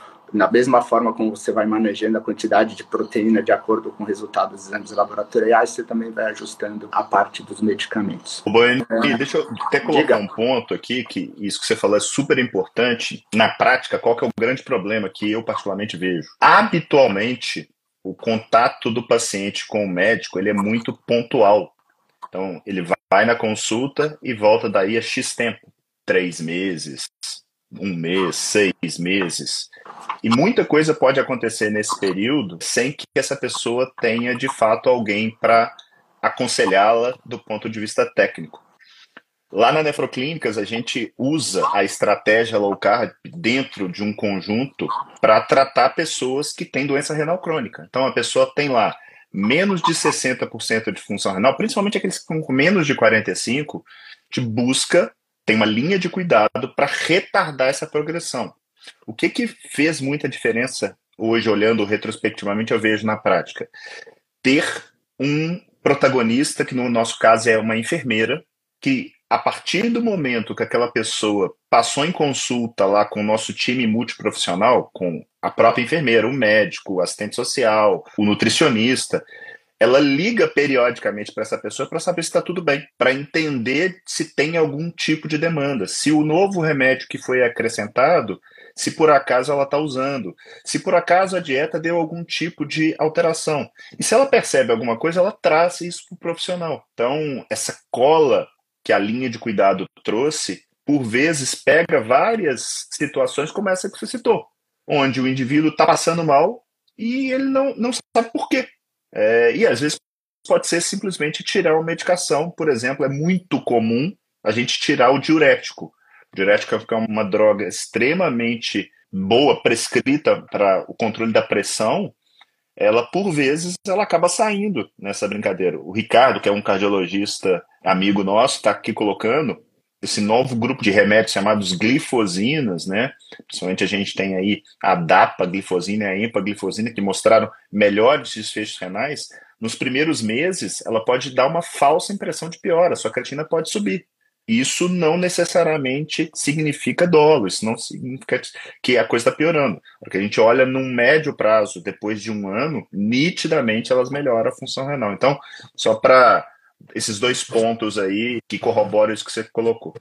na mesma forma como você vai manejando a quantidade de proteína de acordo com o resultado dos exames laboratoriais, você também vai ajustando a parte dos medicamentos. Bueno, deixa eu até colocar um ponto aqui, que isso que você falou é super importante. Na prática, qual que é o grande problema que eu particularmente vejo? Habitualmente, o contato do paciente com o médico, ele é muito pontual. Então, ele vai na consulta e volta daí a X tempo. 3 meses, 1 mês, 6 meses. E muita coisa pode acontecer nesse período sem que essa pessoa tenha, de fato, alguém para aconselhá-la do ponto de vista técnico. Lá na Nefroclínicas, a gente usa a estratégia low carb dentro de um conjunto para tratar pessoas que têm doença renal crônica. Então, a pessoa tem lá menos de 60% de função renal, principalmente aqueles que estão com menos de 45%, te busca, tem uma linha de cuidado para retardar essa progressão. O que fez muita diferença hoje, olhando retrospectivamente, eu vejo na prática? Ter um protagonista, que no nosso caso é uma enfermeira, que a partir do momento que aquela pessoa passou em consulta lá com o nosso time multiprofissional, com a própria enfermeira, o médico, o assistente social, o nutricionista, ela liga periodicamente para essa pessoa para saber se está tudo bem, para entender se tem algum tipo de demanda, se o novo remédio que foi acrescentado, se por acaso ela está usando, se por acaso a dieta deu algum tipo de alteração. E se ela percebe alguma coisa, ela traz isso para o profissional. Então, essa cola que a linha de cuidado trouxe, por vezes pega várias situações como essa que você citou, onde o indivíduo está passando mal e ele não sabe por quê. E às vezes pode ser simplesmente tirar uma medicação, por exemplo, é muito comum a gente tirar o diurético. O diurético é uma droga extremamente boa, prescrita para o controle da pressão, ela, por vezes, ela acaba saindo nessa brincadeira. O Ricardo, que é um cardiologista amigo nosso, está aqui colocando esse novo grupo de remédios chamados glifosinas, né? Principalmente a gente tem aí a dapaglifosina e a empaglifosina, que mostraram melhores desfechos renais. Nos primeiros meses, ela pode dar uma falsa impressão de piora, a sua creatina pode subir. Isso não necessariamente significa dolo, isso não significa que a coisa está piorando. Porque a gente olha num médio prazo, depois de um ano, nitidamente elas melhoram a função renal. Então, só para esses 2 pontos aí que corroboram isso que você colocou.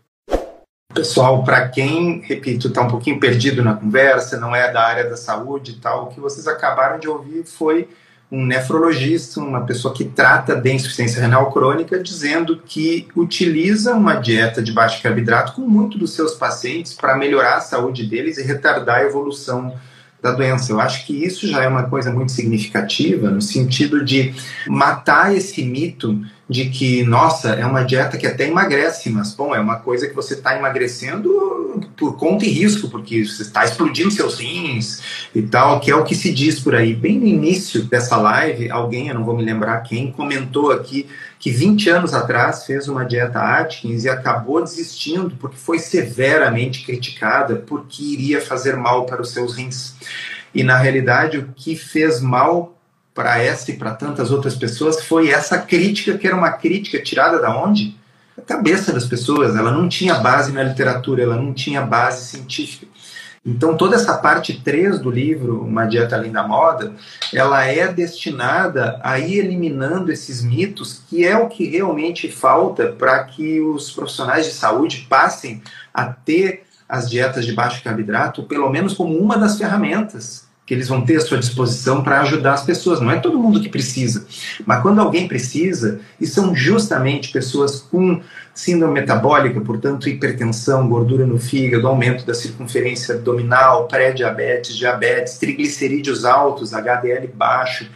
Pessoal, para quem, repito, está um pouquinho perdido na conversa, não é da área da saúde e tal, o que vocês acabaram de ouvir foi um nefrologista, uma pessoa que trata de insuficiência renal crônica, dizendo que utiliza uma dieta de baixo carboidrato com muitos dos seus pacientes para melhorar a saúde deles e retardar a evolução da doença. Eu acho que isso já é uma coisa muito significativa, no sentido de matar esse mito de que, nossa, é uma dieta que até emagrece, mas, bom, é uma coisa que você está emagrecendo por conta e risco, porque você está explodindo seus rins e tal, que é o que se diz por aí. Bem no início dessa live, alguém, eu não vou me lembrar quem, comentou aqui que 20 anos atrás fez uma dieta Atkins e acabou desistindo porque foi severamente criticada porque iria fazer mal para os seus rins. E, na realidade, o que fez mal para essa e para tantas outras pessoas foi essa crítica, que era uma crítica tirada da onde? Da cabeça das pessoas. Ela não tinha base na literatura, ela não tinha base científica. Então, toda essa parte 3 do livro, Uma Dieta Além da Moda, ela é destinada a ir eliminando esses mitos, que é o que realmente falta para que os profissionais de saúde passem a ter as dietas de baixo carboidrato, pelo menos como uma das ferramentas que eles vão ter à sua disposição para ajudar as pessoas. Não é todo mundo que precisa, mas quando alguém precisa, e são justamente pessoas com síndrome metabólica, portanto hipertensão, gordura no fígado, aumento da circunferência abdominal, pré-diabetes, diabetes, triglicerídeos altos, HDL baixo,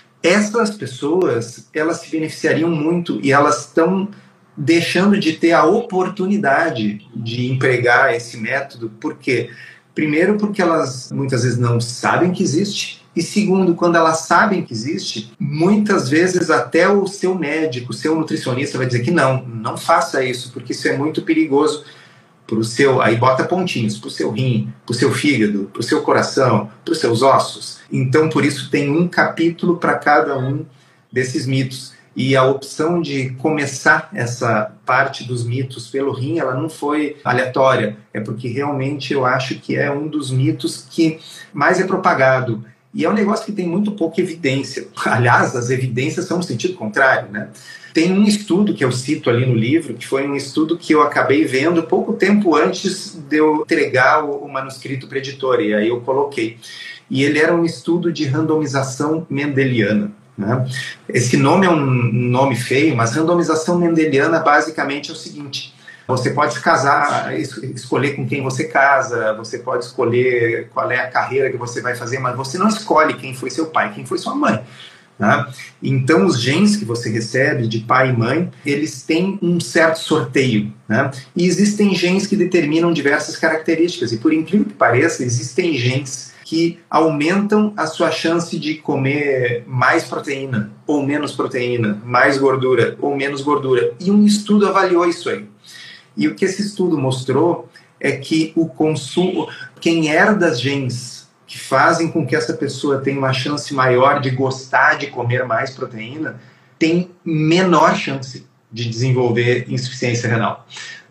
essas pessoas, elas se beneficiariam muito e elas estão deixando de ter a oportunidade de empregar esse método. Por quê? Primeiro, porque elas muitas vezes não sabem que existe. E segundo, quando elas sabem que existe, muitas vezes até o seu médico, o seu nutricionista vai dizer que não faça isso, porque isso é muito perigoso para o seu, aí bota pontinhos, para o seu rim, para o seu fígado, para o seu coração, para os seus ossos. Então, por isso, tem um capítulo para cada um desses mitos. E a opção de começar essa parte dos mitos pelo rim, ela não foi aleatória. É porque realmente eu acho que é um dos mitos que mais é propagado. E é um negócio que tem muito pouca evidência. Aliás, as evidências são no sentido contrário, né? Tem um estudo que eu cito ali no livro, que foi um estudo que eu acabei vendo pouco tempo antes de eu entregar o manuscrito para a editora, e aí eu coloquei. E ele era um estudo de randomização mendeliana. Né? Esse nome é um nome feio, mas randomização mendeliana basicamente é o seguinte: você pode se casar, escolher com quem você casa, você pode escolher qual é a carreira que você vai fazer, mas você não escolhe quem foi seu pai, quem foi sua mãe. Né? Então, os genes que você recebe de pai e mãe, eles têm um certo sorteio. Né? E existem genes que determinam diversas características, e por incrível que pareça, existem genes que aumentam a sua chance de comer mais proteína ou menos proteína, mais gordura ou menos gordura. E um estudo avaliou isso aí. E o que esse estudo mostrou é que o consumo, quem herda genes que fazem com que essa pessoa tenha uma chance maior de gostar de comer mais proteína, tem menor chance de desenvolver insuficiência renal.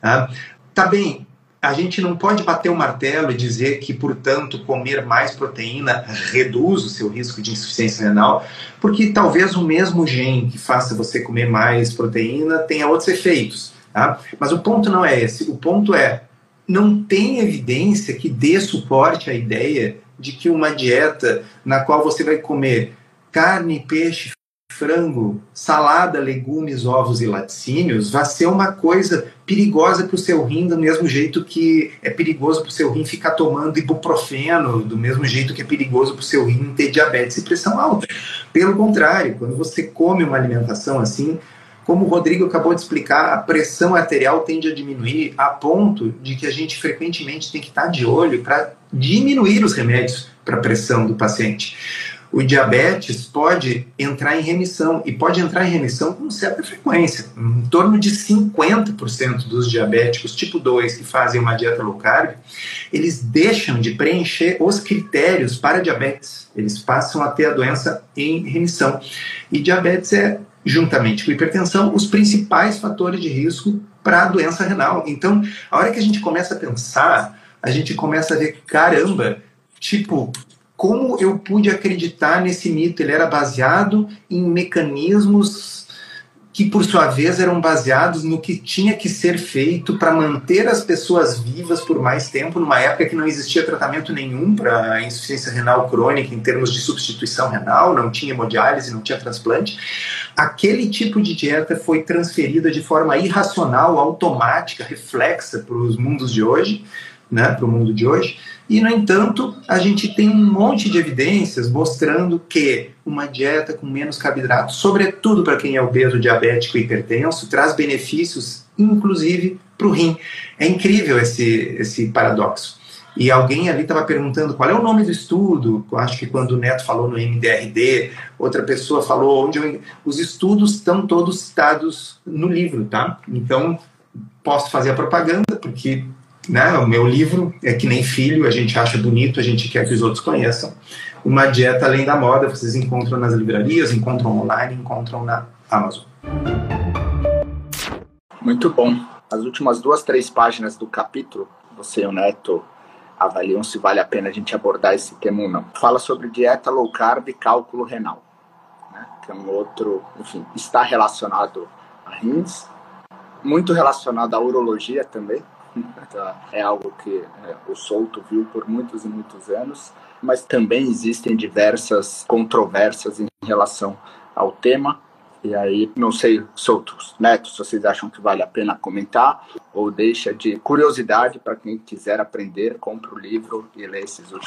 Tá bem, a gente não pode bater o martelo e dizer que, portanto, comer mais proteína reduz o seu risco de insuficiência renal, porque talvez o mesmo gene que faça você comer mais proteína tenha outros efeitos. Tá? Mas o ponto não é esse. O ponto é, não tem evidência que dê suporte à ideia de que uma dieta na qual você vai comer carne, peixe, frango, salada, legumes, ovos e laticínios vai ser uma coisa perigosa para o seu rim, do mesmo jeito que é perigoso para o seu rim ficar tomando ibuprofeno, do mesmo jeito que é perigoso para o seu rim ter diabetes e pressão alta. Pelo contrário, quando você come uma alimentação assim, Como o Rodrigo acabou de explicar, a pressão arterial tende a diminuir a ponto de que a gente frequentemente tem que estar de olho para diminuir os remédios para a pressão do paciente. O diabetes pode entrar em remissão, e pode entrar em remissão com certa frequência. Em torno de 50% dos diabéticos tipo 2 que fazem uma dieta low carb, eles deixam de preencher os critérios para diabetes. Eles passam a ter a doença em remissão. E diabetes é, juntamente com hipertensão, os principais fatores de risco para a doença renal. Então, a hora que a gente começa a pensar, a gente começa a ver, caramba, tipo, como eu pude acreditar nesse mito? Ele era baseado em mecanismos que, por sua vez, eram baseados no que tinha que ser feito para manter as pessoas vivas por mais tempo, numa época que não existia tratamento nenhum para insuficiência renal crônica em termos de substituição renal, não tinha hemodiálise, não tinha transplante. Aquele tipo de dieta foi transferida de forma irracional, automática, reflexa para os mundos de hoje, né, para o mundo de hoje. E, no entanto, a gente tem um monte de evidências mostrando que uma dieta com menos carboidratos, sobretudo para quem é obeso, diabético e hipertenso, traz benefícios, inclusive, para o rim. É incrível esse paradoxo. E alguém ali estava perguntando qual é o nome do estudo. Eu acho que quando o Neto falou no MDRD, outra pessoa falou os estudos estão todos citados no livro, tá? Então, posso fazer a propaganda, porque... né, o meu livro é que nem filho, a gente acha bonito, a gente quer que os outros conheçam. Uma Dieta Além da Moda, vocês encontram nas livrarias, encontram online, encontram na Amazon. Muito bom. As últimas 2, 3 páginas do capítulo, você e o Neto avaliam se vale a pena a gente abordar esse tema ou não. Fala sobre dieta low carb e cálculo renal, né, que é um outro, enfim, está relacionado a rins, muito relacionado à urologia também. É algo que o Souto viu por muitos e muitos anos, mas também existem diversas controvérsias em relação ao tema. E aí, não sei, Souto, Neto, se vocês acham que vale a pena comentar ou deixa de curiosidade para quem quiser aprender, compra o livro e lê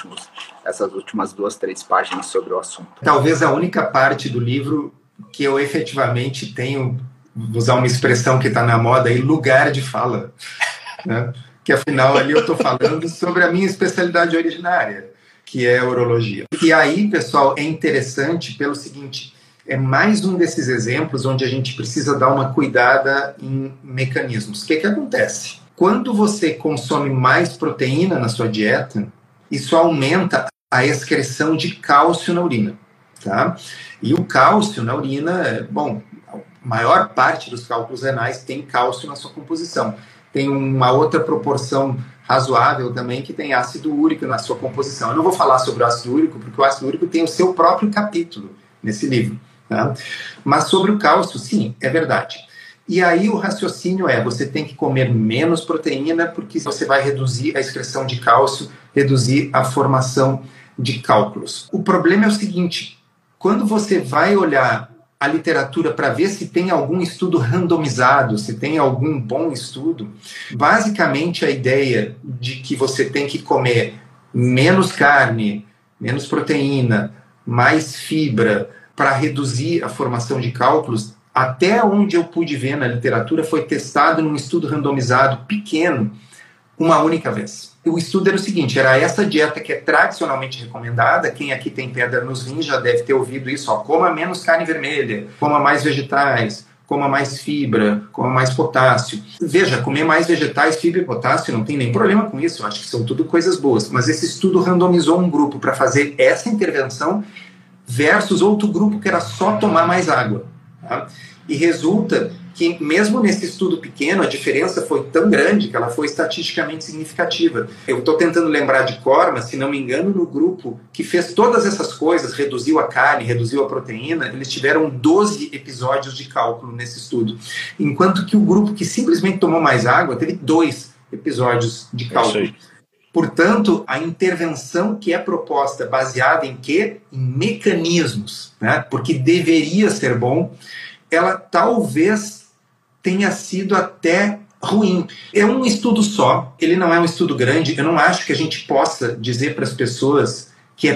essas últimas 2, 3 páginas sobre o assunto. Talvez a única parte do livro que eu efetivamente tenho, vou usar uma expressão que está na moda aí, lugar de fala. Né? Que afinal ali eu estou falando sobre a minha especialidade originária, que é a urologia. E aí, pessoal, é interessante pelo seguinte, é mais um desses exemplos onde a gente precisa dar uma cuidada em mecanismos. O que acontece? Quando você consome mais proteína na sua dieta, isso aumenta a excreção de cálcio na urina. Tá? E o cálcio na urina, bom, a maior parte dos cálculos renais tem cálcio na sua composição. Tem uma outra proporção razoável também que tem ácido úrico na sua composição. Eu não vou falar sobre o ácido úrico, porque o ácido úrico tem o seu próprio capítulo nesse livro. Tá? Mas sobre o cálcio, sim, é verdade. E aí o raciocínio é, você tem que comer menos proteína, porque você vai reduzir a excreção de cálcio, reduzir a formação de cálculos. O problema é o seguinte, quando você vai olhar a literatura para ver se tem algum estudo randomizado, se tem algum bom estudo, basicamente a ideia de que você tem que comer menos carne, menos proteína, mais fibra para reduzir a formação de cálculos, até onde eu pude ver na literatura, foi testado num estudo randomizado pequeno, uma única vez. O estudo era o seguinte, era essa dieta que é tradicionalmente recomendada, quem aqui tem pedra nos rins já deve ter ouvido isso, ó, coma menos carne vermelha, coma mais vegetais, coma mais fibra, coma mais potássio. Veja, comer mais vegetais, fibra e potássio não tem nem problema com isso, eu acho que são tudo coisas boas, mas esse estudo randomizou um grupo para fazer essa intervenção versus outro grupo que era só tomar mais água. Tá? E resulta que mesmo nesse estudo pequeno, a diferença foi tão grande que ela foi estatisticamente significativa. Eu estou tentando lembrar de cor, mas se não me engano, no grupo que fez todas essas coisas, reduziu a carne, reduziu a proteína, eles tiveram 12 episódios de cálculo nesse estudo. Enquanto que o grupo que simplesmente tomou mais água teve 2 episódios de cálculo. Portanto, a intervenção que é proposta baseada em quê? Em mecanismos, né? Porque deveria ser bom, ela talvez tenha sido até ruim. É um estudo só, ele não é um estudo grande, eu não acho que a gente possa dizer para as pessoas que é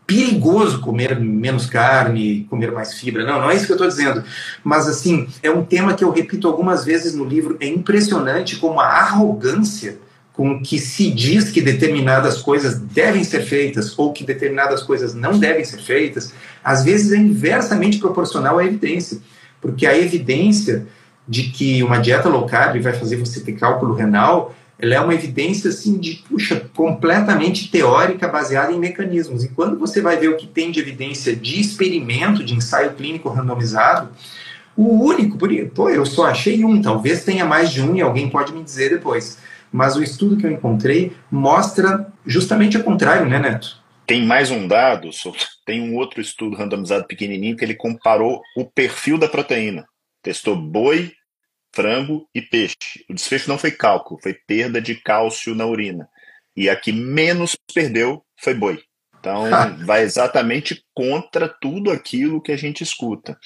perigoso comer menos carne, comer mais fibra. Não é isso que eu estou dizendo. Mas, assim, é um tema que eu repito algumas vezes no livro. É impressionante como a arrogância com que se diz que determinadas coisas devem ser feitas ou que determinadas coisas não devem ser feitas, às vezes é inversamente proporcional à evidência. Porque a evidência de que uma dieta low carb vai fazer você ter cálculo renal, ela é uma evidência assim completamente teórica, baseada em mecanismos. E quando você vai ver o que tem de evidência de experimento, de ensaio clínico randomizado, o único, eu só achei um, talvez tenha mais de um e alguém pode me dizer depois. Mas o estudo que eu encontrei mostra justamente o contrário, né, Neto? Tem mais um dado, tem um outro estudo randomizado pequenininho que ele comparou o perfil da proteína. Testou boi, frango e peixe. O desfecho não foi cálculo, foi perda de cálcio na urina. E a que menos perdeu foi boi. Então, vai exatamente contra tudo aquilo que a gente escuta.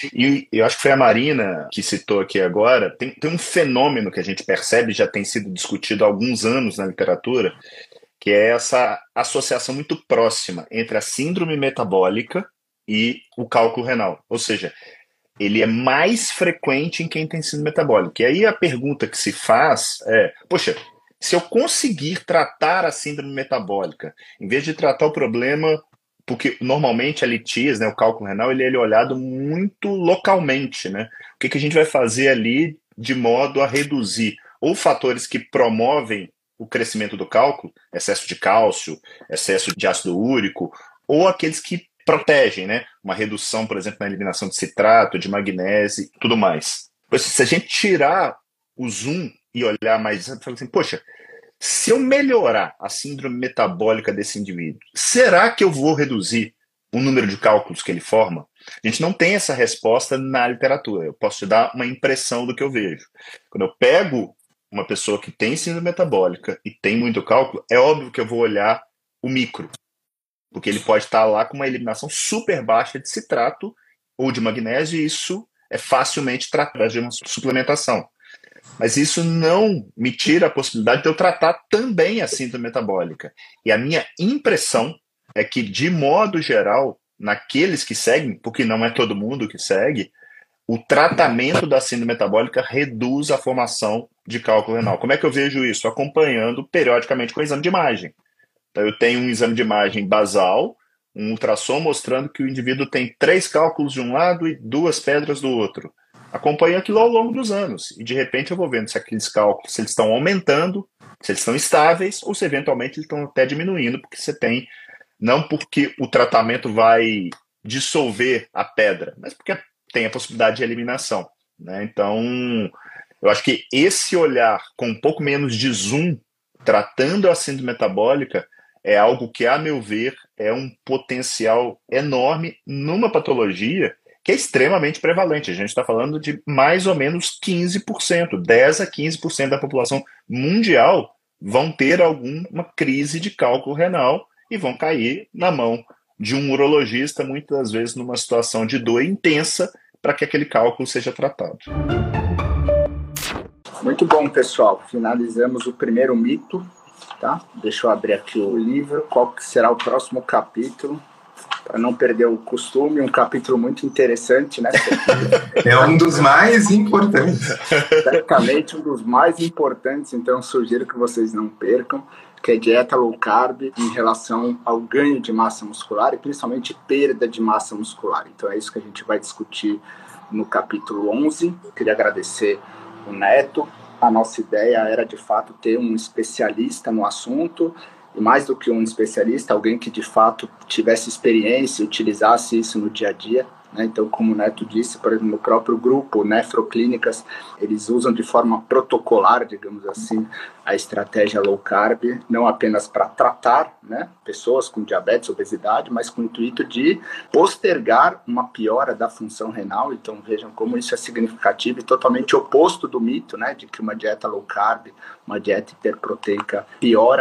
E eu acho que foi a Marina que citou aqui agora, tem um fenômeno que a gente percebe, já tem sido discutido há alguns anos na literatura, que é essa associação muito próxima entre a síndrome metabólica e o cálculo renal. Ou seja, ele é mais frequente em quem tem síndrome metabólica. E aí a pergunta que se faz é, poxa, se eu conseguir tratar a síndrome metabólica, em vez de tratar o problema, porque normalmente a litíase, né, o cálculo renal, ele é olhado muito localmente, né? O que a gente vai fazer ali de modo a reduzir ou fatores que promovem o crescimento do cálculo, excesso de cálcio, excesso de ácido úrico, ou aqueles que protegem, né? Uma redução, por exemplo, na eliminação de citrato, de magnésio e tudo mais. Se a gente tirar o zoom e olhar mais, fala assim, poxa, se eu melhorar a síndrome metabólica desse indivíduo, será que eu vou reduzir o número de cálculos que ele forma? A gente não tem essa resposta na literatura. Eu posso te dar uma impressão do que eu vejo. Quando eu pego uma pessoa que tem síndrome metabólica e tem muito cálculo, é óbvio que eu vou olhar o micro, porque ele pode estar lá com uma eliminação super baixa de citrato ou de magnésio, e isso é facilmente tratado de uma suplementação. Mas isso não me tira a possibilidade de eu tratar também a síndrome metabólica. E a minha impressão é que, de modo geral, naqueles que seguem, porque não é todo mundo que segue, o tratamento da síndrome metabólica reduz a formação de cálculo renal. Como é que eu vejo isso? Acompanhando periodicamente com o exame de imagem. Então, eu tenho um exame de imagem basal, um ultrassom mostrando que o indivíduo tem 3 cálculos de um lado e 2 pedras do outro. Acompanho aquilo ao longo dos anos e, de repente, eu vou vendo se aqueles cálculos se eles estão aumentando, se eles estão estáveis ou se, eventualmente, eles estão até diminuindo, porque você tem, não porque o tratamento vai dissolver a pedra, mas porque tem a possibilidade de eliminação, né? Então, eu acho que esse olhar com um pouco menos de zoom, tratando a síndrome metabólica, é algo que, a meu ver, é um potencial enorme numa patologia que é extremamente prevalente. A gente está falando de mais ou menos 15%, 10 a 15% da população mundial vão ter alguma crise de cálculo renal e vão cair na mão de um urologista, muitas vezes numa situação de dor intensa, para que aquele cálculo seja tratado. Muito bom, pessoal. Finalizamos o primeiro mito. Tá? Deixa eu abrir aqui o livro. Qual que será o próximo capítulo? Para não perder o costume, um capítulo muito interessante, né? É um dos mais importantes. Certamente um dos mais importantes, então sugiro que vocês não percam, que é dieta low carb em relação ao ganho de massa muscular e principalmente perda de massa muscular. Então é isso que a gente vai discutir no capítulo 11. Queria agradecer o Neto. A nossa ideia era, de fato, ter um especialista no assunto, e mais do que um especialista, alguém que, de fato, tivesse experiência e utilizasse isso no dia a dia, né? Então, como o Neto disse, por exemplo, no próprio grupo Nefroclínicas, eles usam de forma protocolar, digamos assim, a estratégia low carb, não apenas para tratar, né, pessoas com diabetes, obesidade, mas com o intuito de postergar uma piora da função renal. Então, vejam como isso é significativo e totalmente oposto do mito, né, de que uma dieta low carb, uma dieta hiperproteica, piora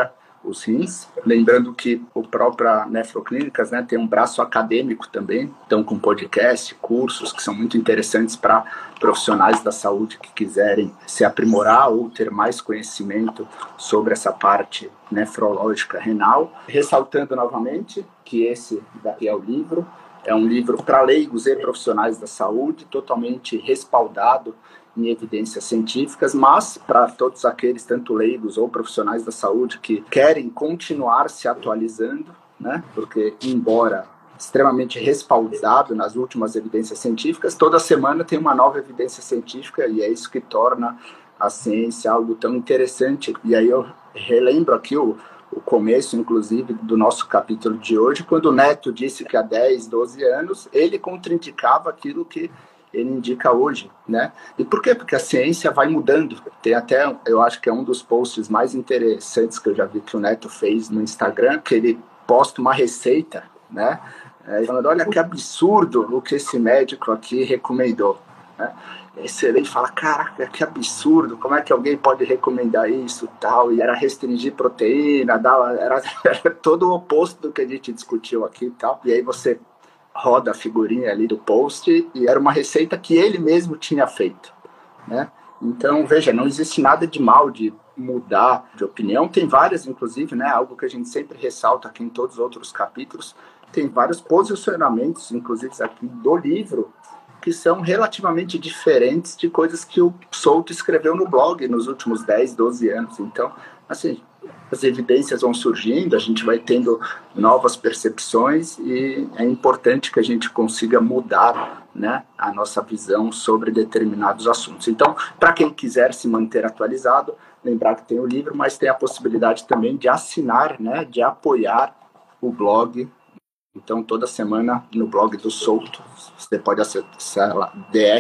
os rins. Lembrando que o próprio Nefroclínicas, né, tem um braço acadêmico também, então com podcast, cursos que são muito interessantes para profissionais da saúde que quiserem se aprimorar ou ter mais conhecimento sobre essa parte nefrológica renal. Ressaltando novamente que esse daqui é o livro, é um livro para leigos e profissionais da saúde, totalmente respaldado em evidências científicas, mas para todos aqueles, tanto leigos ou profissionais da saúde, que querem continuar se atualizando, né? Porque, embora extremamente respaldado nas últimas evidências científicas, toda semana tem uma nova evidência científica e é isso que torna a ciência algo tão interessante. E aí eu relembro aqui o começo, inclusive, do nosso capítulo de hoje, quando o Neto disse que há 10, 12 anos ele contraindicava aquilo que ele indica hoje, né? E por quê? Porque a ciência vai mudando. Tem até, eu acho que é um dos posts mais interessantes que eu já vi que o Neto fez no Instagram, que ele posta uma receita, né? Falando, olha que absurdo o que esse médico aqui recomendou, né? E você lê e fala, caraca, que absurdo, como é que alguém pode recomendar isso, tal? E era restringir proteína, era todo o oposto do que a gente discutiu aqui e tal. E aí você roda a figurinha ali do post e era uma receita que ele mesmo tinha feito, né? Então, veja, não existe nada de mal de mudar de opinião. Tem várias, inclusive, né? Algo que a gente sempre ressalta aqui em todos os outros capítulos. Tem vários posicionamentos, inclusive aqui do livro, que são relativamente diferentes de coisas que o Souto escreveu no blog nos últimos 10, 12 anos. Então, assim, as evidências vão surgindo, a gente vai tendo novas percepções e é importante que a gente consiga mudar, né, a nossa visão sobre determinados assuntos. Então, para quem quiser se manter atualizado, lembrar que tem o livro, mas tem a possibilidade também de assinar, né, de apoiar o blog. Então, toda semana no blog do Souto, você pode acessar lá,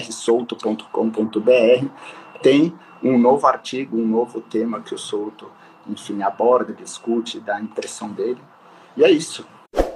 drsolto.com.br, tem um novo artigo, um novo tema que o Souto, enfim, aborda, discute, dá a impressão dele. E é isso.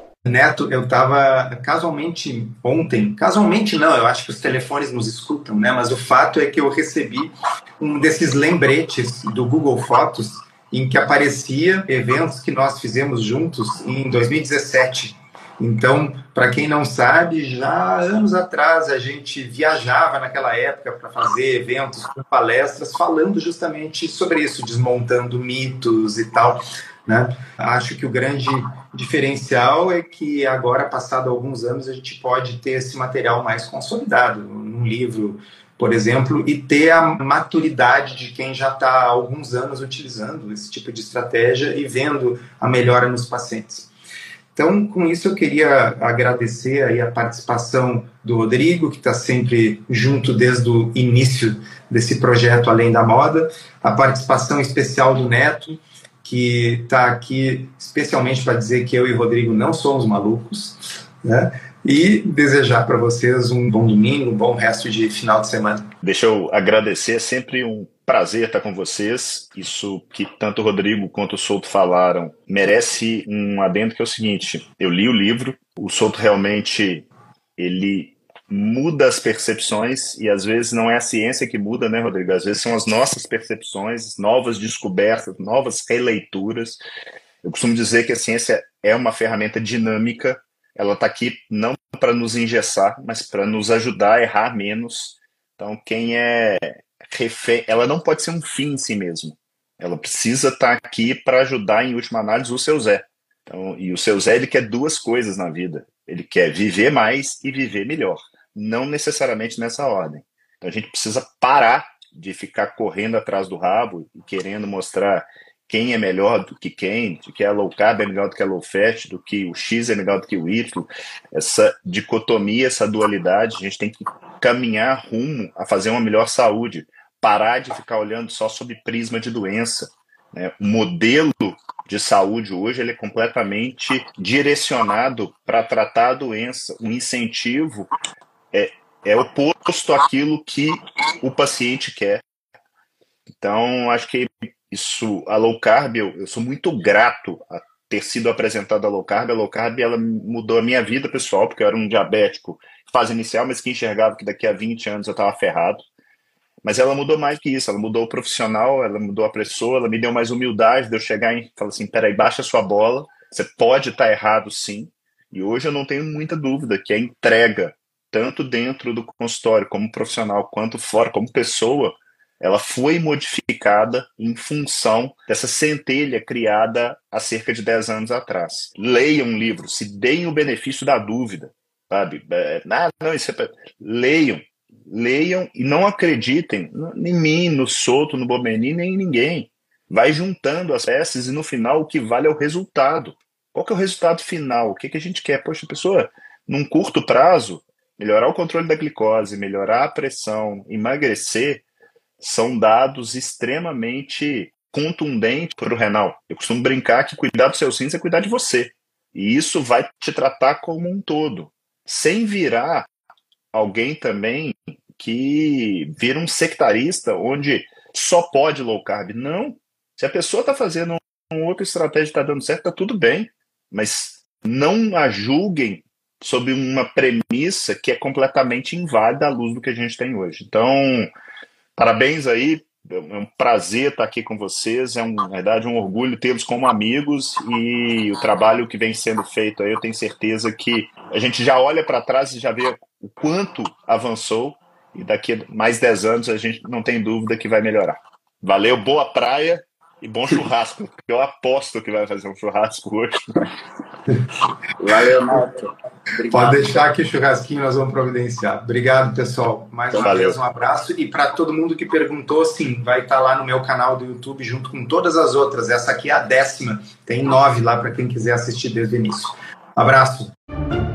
Neto, eu estava casualmente ontem, casualmente não, eu acho que os telefones nos escutam, né? Mas o fato é que eu recebi um desses lembretes do Google Fotos em que aparecia eventos que nós fizemos juntos em 2017. Então, para quem não sabe, já anos atrás a gente viajava naquela época para fazer eventos com palestras falando justamente sobre isso, desmontando mitos e tal, né? Acho que o grande diferencial é que agora, passado alguns anos, a gente pode ter esse material mais consolidado, num livro, por exemplo, e ter a maturidade de quem já está há alguns anos utilizando esse tipo de estratégia e vendo a melhora nos pacientes. Então, com isso, eu queria agradecer aí a participação do Rodrigo, que está sempre junto desde o início desse projeto Além da Moda, a participação especial do Neto, que está aqui especialmente para dizer que eu e o Rodrigo não somos malucos, né? E desejar para vocês um bom domingo, um bom resto de final de semana. Deixa eu agradecer, é sempre um prazer estar com vocês. Isso que tanto o Rodrigo quanto o Souto falaram merece um adendo, que é o seguinte: eu li o livro, o Souto realmente ele muda as percepções e às vezes não é a ciência que muda, né, Rodrigo? Às vezes são as nossas percepções, novas descobertas, novas releituras. Eu costumo dizer que a ciência é uma ferramenta dinâmica, ela está aqui não para nos engessar, mas para nos ajudar a errar menos. Então, quem é refém, ela não pode ser um fim em si mesmo. Ela precisa estar aqui para ajudar, em última análise, o seu Zé. Então, e o seu Zé, ele quer duas coisas na vida. Ele quer viver mais e viver melhor. Não necessariamente nessa ordem. Então, a gente precisa parar de ficar correndo atrás do rabo e querendo mostrar quem é melhor do que quem, de que a low carb é melhor do que a low fat, do que o X é melhor do que o Y. Essa dicotomia, essa dualidade, a gente tem que caminhar rumo a fazer uma melhor saúde, parar de ficar olhando só sob prisma de doença, né? O modelo de saúde hoje ele é completamente direcionado para tratar a doença. O incentivo é oposto àquilo que o paciente quer. Então, acho que isso, a low carb, eu sou muito grato a ter sido apresentado a low carb. A low carb, ela mudou a minha vida pessoal, porque eu era um diabético fase inicial, mas que enxergava que daqui a 20 anos eu estava ferrado. Mas ela mudou mais que isso, ela mudou o profissional, ela mudou a pessoa, ela me deu mais humildade de eu chegar e falar assim, peraí, baixa a sua bola, você pode estar errado sim, e hoje eu não tenho muita dúvida que a entrega, tanto dentro do consultório como profissional, quanto fora, como pessoa, ela foi modificada em função dessa centelha criada há cerca de 10 anos atrás. Leiam um livro, se deem o benefício da dúvida, sabe? Não, isso é... Leiam e não acreditem em mim, no Souto, no Bomeni, nem em ninguém. Vai juntando as peças e no final o que vale é o resultado. Qual que é o resultado final? O que a gente quer? Poxa, a pessoa, num curto prazo, melhorar o controle da glicose, melhorar a pressão, emagrecer, são dados extremamente contundentes para o renal. Eu costumo brincar que cuidar dos seus rins é cuidar de você. E isso vai te tratar como um todo, sem virar alguém também que vira um sectarista, onde só pode low carb. Não. Se a pessoa está fazendo uma outra estratégia e está dando certo, está tudo bem. Mas não a julguem sob uma premissa que é completamente inválida à luz do que a gente tem hoje. Então, parabéns aí. É um prazer estar aqui com vocês, na verdade, um orgulho tê-los como amigos, e o trabalho que vem sendo feito aí, eu tenho certeza que a gente já olha para trás e já vê o quanto avançou, e daqui a mais 10 anos a gente não tem dúvida que vai melhorar. Valeu, boa praia e bom churrasco, porque eu aposto que vai fazer um churrasco hoje. Valeu, Neto. Obrigado. Pode deixar que o churrasquinho nós vamos providenciar. Obrigado, pessoal. Mais uma vez, um abraço. E para todo mundo que perguntou, sim, vai estar lá no meu canal do YouTube junto com todas as outras. Essa aqui é a 10ª. Tem 9 lá para quem quiser assistir desde o início. Abraço.